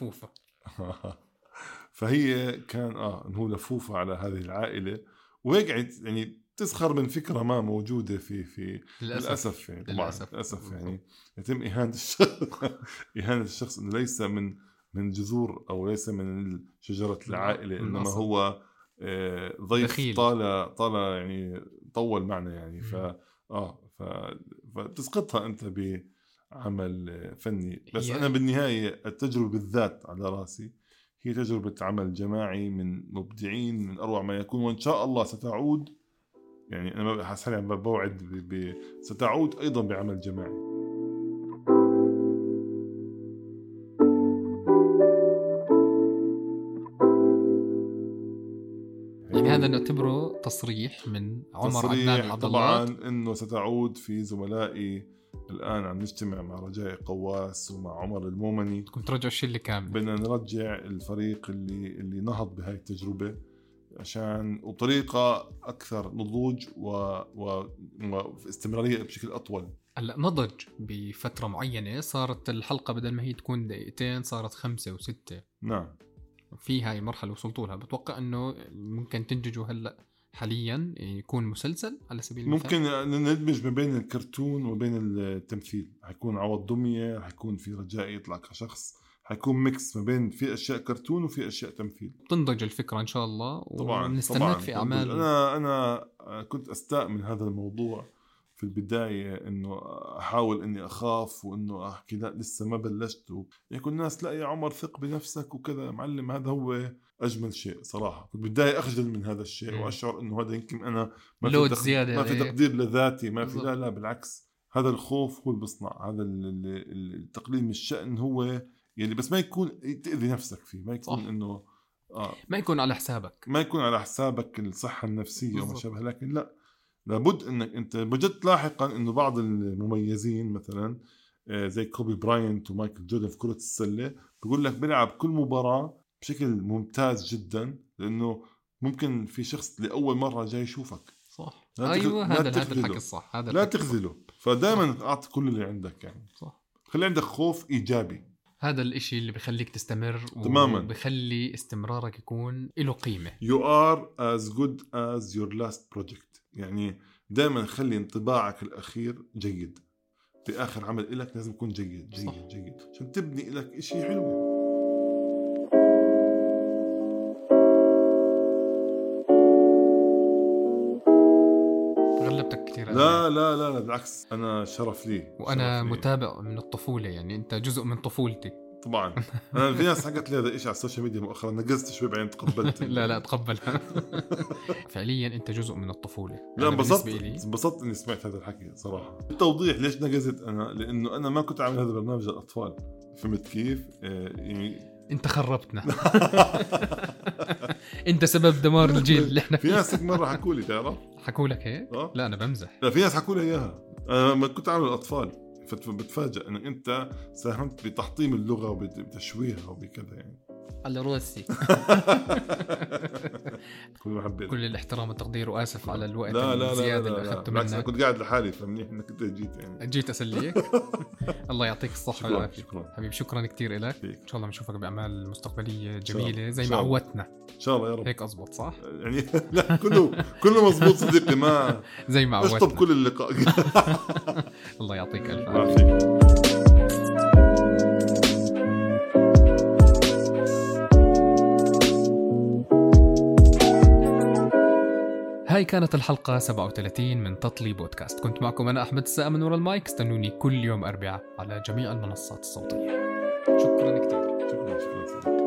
فهي كان إنه هو لفوفة على هذه العائلة، وهيك يعني تسخر من فكرة ما موجودة في للأسف يعني. طبعا للأسف يعني يتم إهانة الشخص. إهانة الشخص إنه ليس من جذور أو ليس من شجرة العائلة، إنما هو ضيف طال يعني طول معنا يعني. فتسقطها أنت بعمل فني. بس أنا بالنهاية التجربة بالذات على راسي هي تجربة عمل جماعي من مبدعين من أروع ما يكون، وإن شاء الله ستعود. يعني أنا حاليا بوعد ستعود أيضا بعمل جماعي. يعني هذا نعتبره تصريح من عمر عدنان العضلات طبعا إنه ستعود في زملائي الآن عم نجتمع مع رجاء قواس ومع عمر المومني. بدكم ترجعوا الشلة كاملة. بدنا نرجع الفريق اللي نهض بهاي التجربة عشان وطريقة أكثر نضوج واستمرارية بشكل أطول. هلا نضج بفترة معينة، صارت الحلقة بدل ما هي تكون 2 صارت 5 و6. نعم. في هاي المرحلة وصلتوا لها. بتوقع إنه ممكن تنتجوا هلا حاليا يكون مسلسل على سبيل المثال. ممكن ندمج ما بين الكرتون وبين التمثيل. حيكون عوض دمية، حيكون في رجاء يطلع كشخص، حيكون ميكس ما بين في أشياء كرتون وفي أشياء تمثيل. تنضج الفكرة إن شاء الله. طبعا ونستناك في أعمال. أنا كنت أستاء من هذا الموضوع في البداية، إنه أحاول إني أخاف وإنه أحكي لا لسه ما بلشت، يكون الناس لا يا عمر ثق بنفسك وكذا. معلم هذا هو أجمل شيء صراحة. في البداية أخجل من هذا الشيء وأشعر إنه هذا يمكن أنا ما في تقدير لذاتي، ما في. لا بالعكس، هذا الخوف هو اللي بصنع هذا التقليل من الشأن. هو يعني بس ما يكون تأذي نفسك فيه، ما يكون صح. إنه ما يكون على حسابك، ما يكون على حسابك الصحة النفسية وما شابه. لكن لا، لابد انك انت وجدت لاحقا انه بعض المميزين مثلا زي كوبي براينت ومايكل جوردن في كرة السلة بيقول لك بيلعب كل مباراة بشكل ممتاز جدا، لانه ممكن في شخص لأول مرة جاي يشوفك. صح. ايوه هذا الحكي الصح. هذا لا تخذله. فدائما اعطي كل اللي عندك يعني. صح. خلي عندك خوف ايجابي. هذا الاشي اللي بيخليك تستمر تماما. وبيخلي استمرارك يكون له قيمة. You are as good as your last project. يعني دائما خلي انطباعك الأخير جيد. في آخر عمل إلك لازم يكون جيد جيد جيد عشان تبني إلك إشي حلو. غلبتك كثير. لا لا لا بالعكس، أنا شرف لي. وأنا متابع من الطفولة، يعني أنت جزء من طفولتي. طبعا. أنا في ناس حكت لي هذا الشيء على السوشيال ميديا مؤخرا، نقزت شوي بعدين تقبلت. لا تقبلها. فعليا أنت جزء من الطفولة. لا انبسطت إني سمعت هذا الحكي صراحة. التوضيح ليش نقزت أنا، لأنه أنا ما كنت عامل هذا البرنامج للأطفال. فهمت كيف؟ يعني أنت خربتنا. أنت سبب دمار الجيل اللي إحنا في ناس مرة حكوا لي، تعرف؟ حكوا لك هيك؟ لا أنا بمزح. لا في ناس حكوا لي إياها. أنا ما كنت عامل للأطفال. فبتفاجأ أنك أنت ساهمت بتحطيم اللغة وبتشويهها وبكذا يعني. على روسي. كل الاحترام والتقدير، وآسف على الوقت الزيادة اللي أخذته منك. أنا كنت قاعد لحالي، فمنيح إنك أنت جيت يعني. جيت أسليك. الله يعطيك الصحة والعافية حبيب. شكرا كتير لك. إن شاء الله بنشوفك بأعمال مستقبلية جميلة زي ما عودتنا. إن شاء الله يا رب. هيك أزبط صح؟ يعني لا كله مزبوط صديقي، ما زي ما عودتنا. اشطب كل اللقاء. الله يعطيك ألف عافية. هاي كانت الحلقة 37 من تطلي بودكاست. كنت معكم أنا أحمد السقا من ورا المايك. استنوني كل يوم أربعاء على جميع المنصات الصوتية. شكرا كتير. شكرا.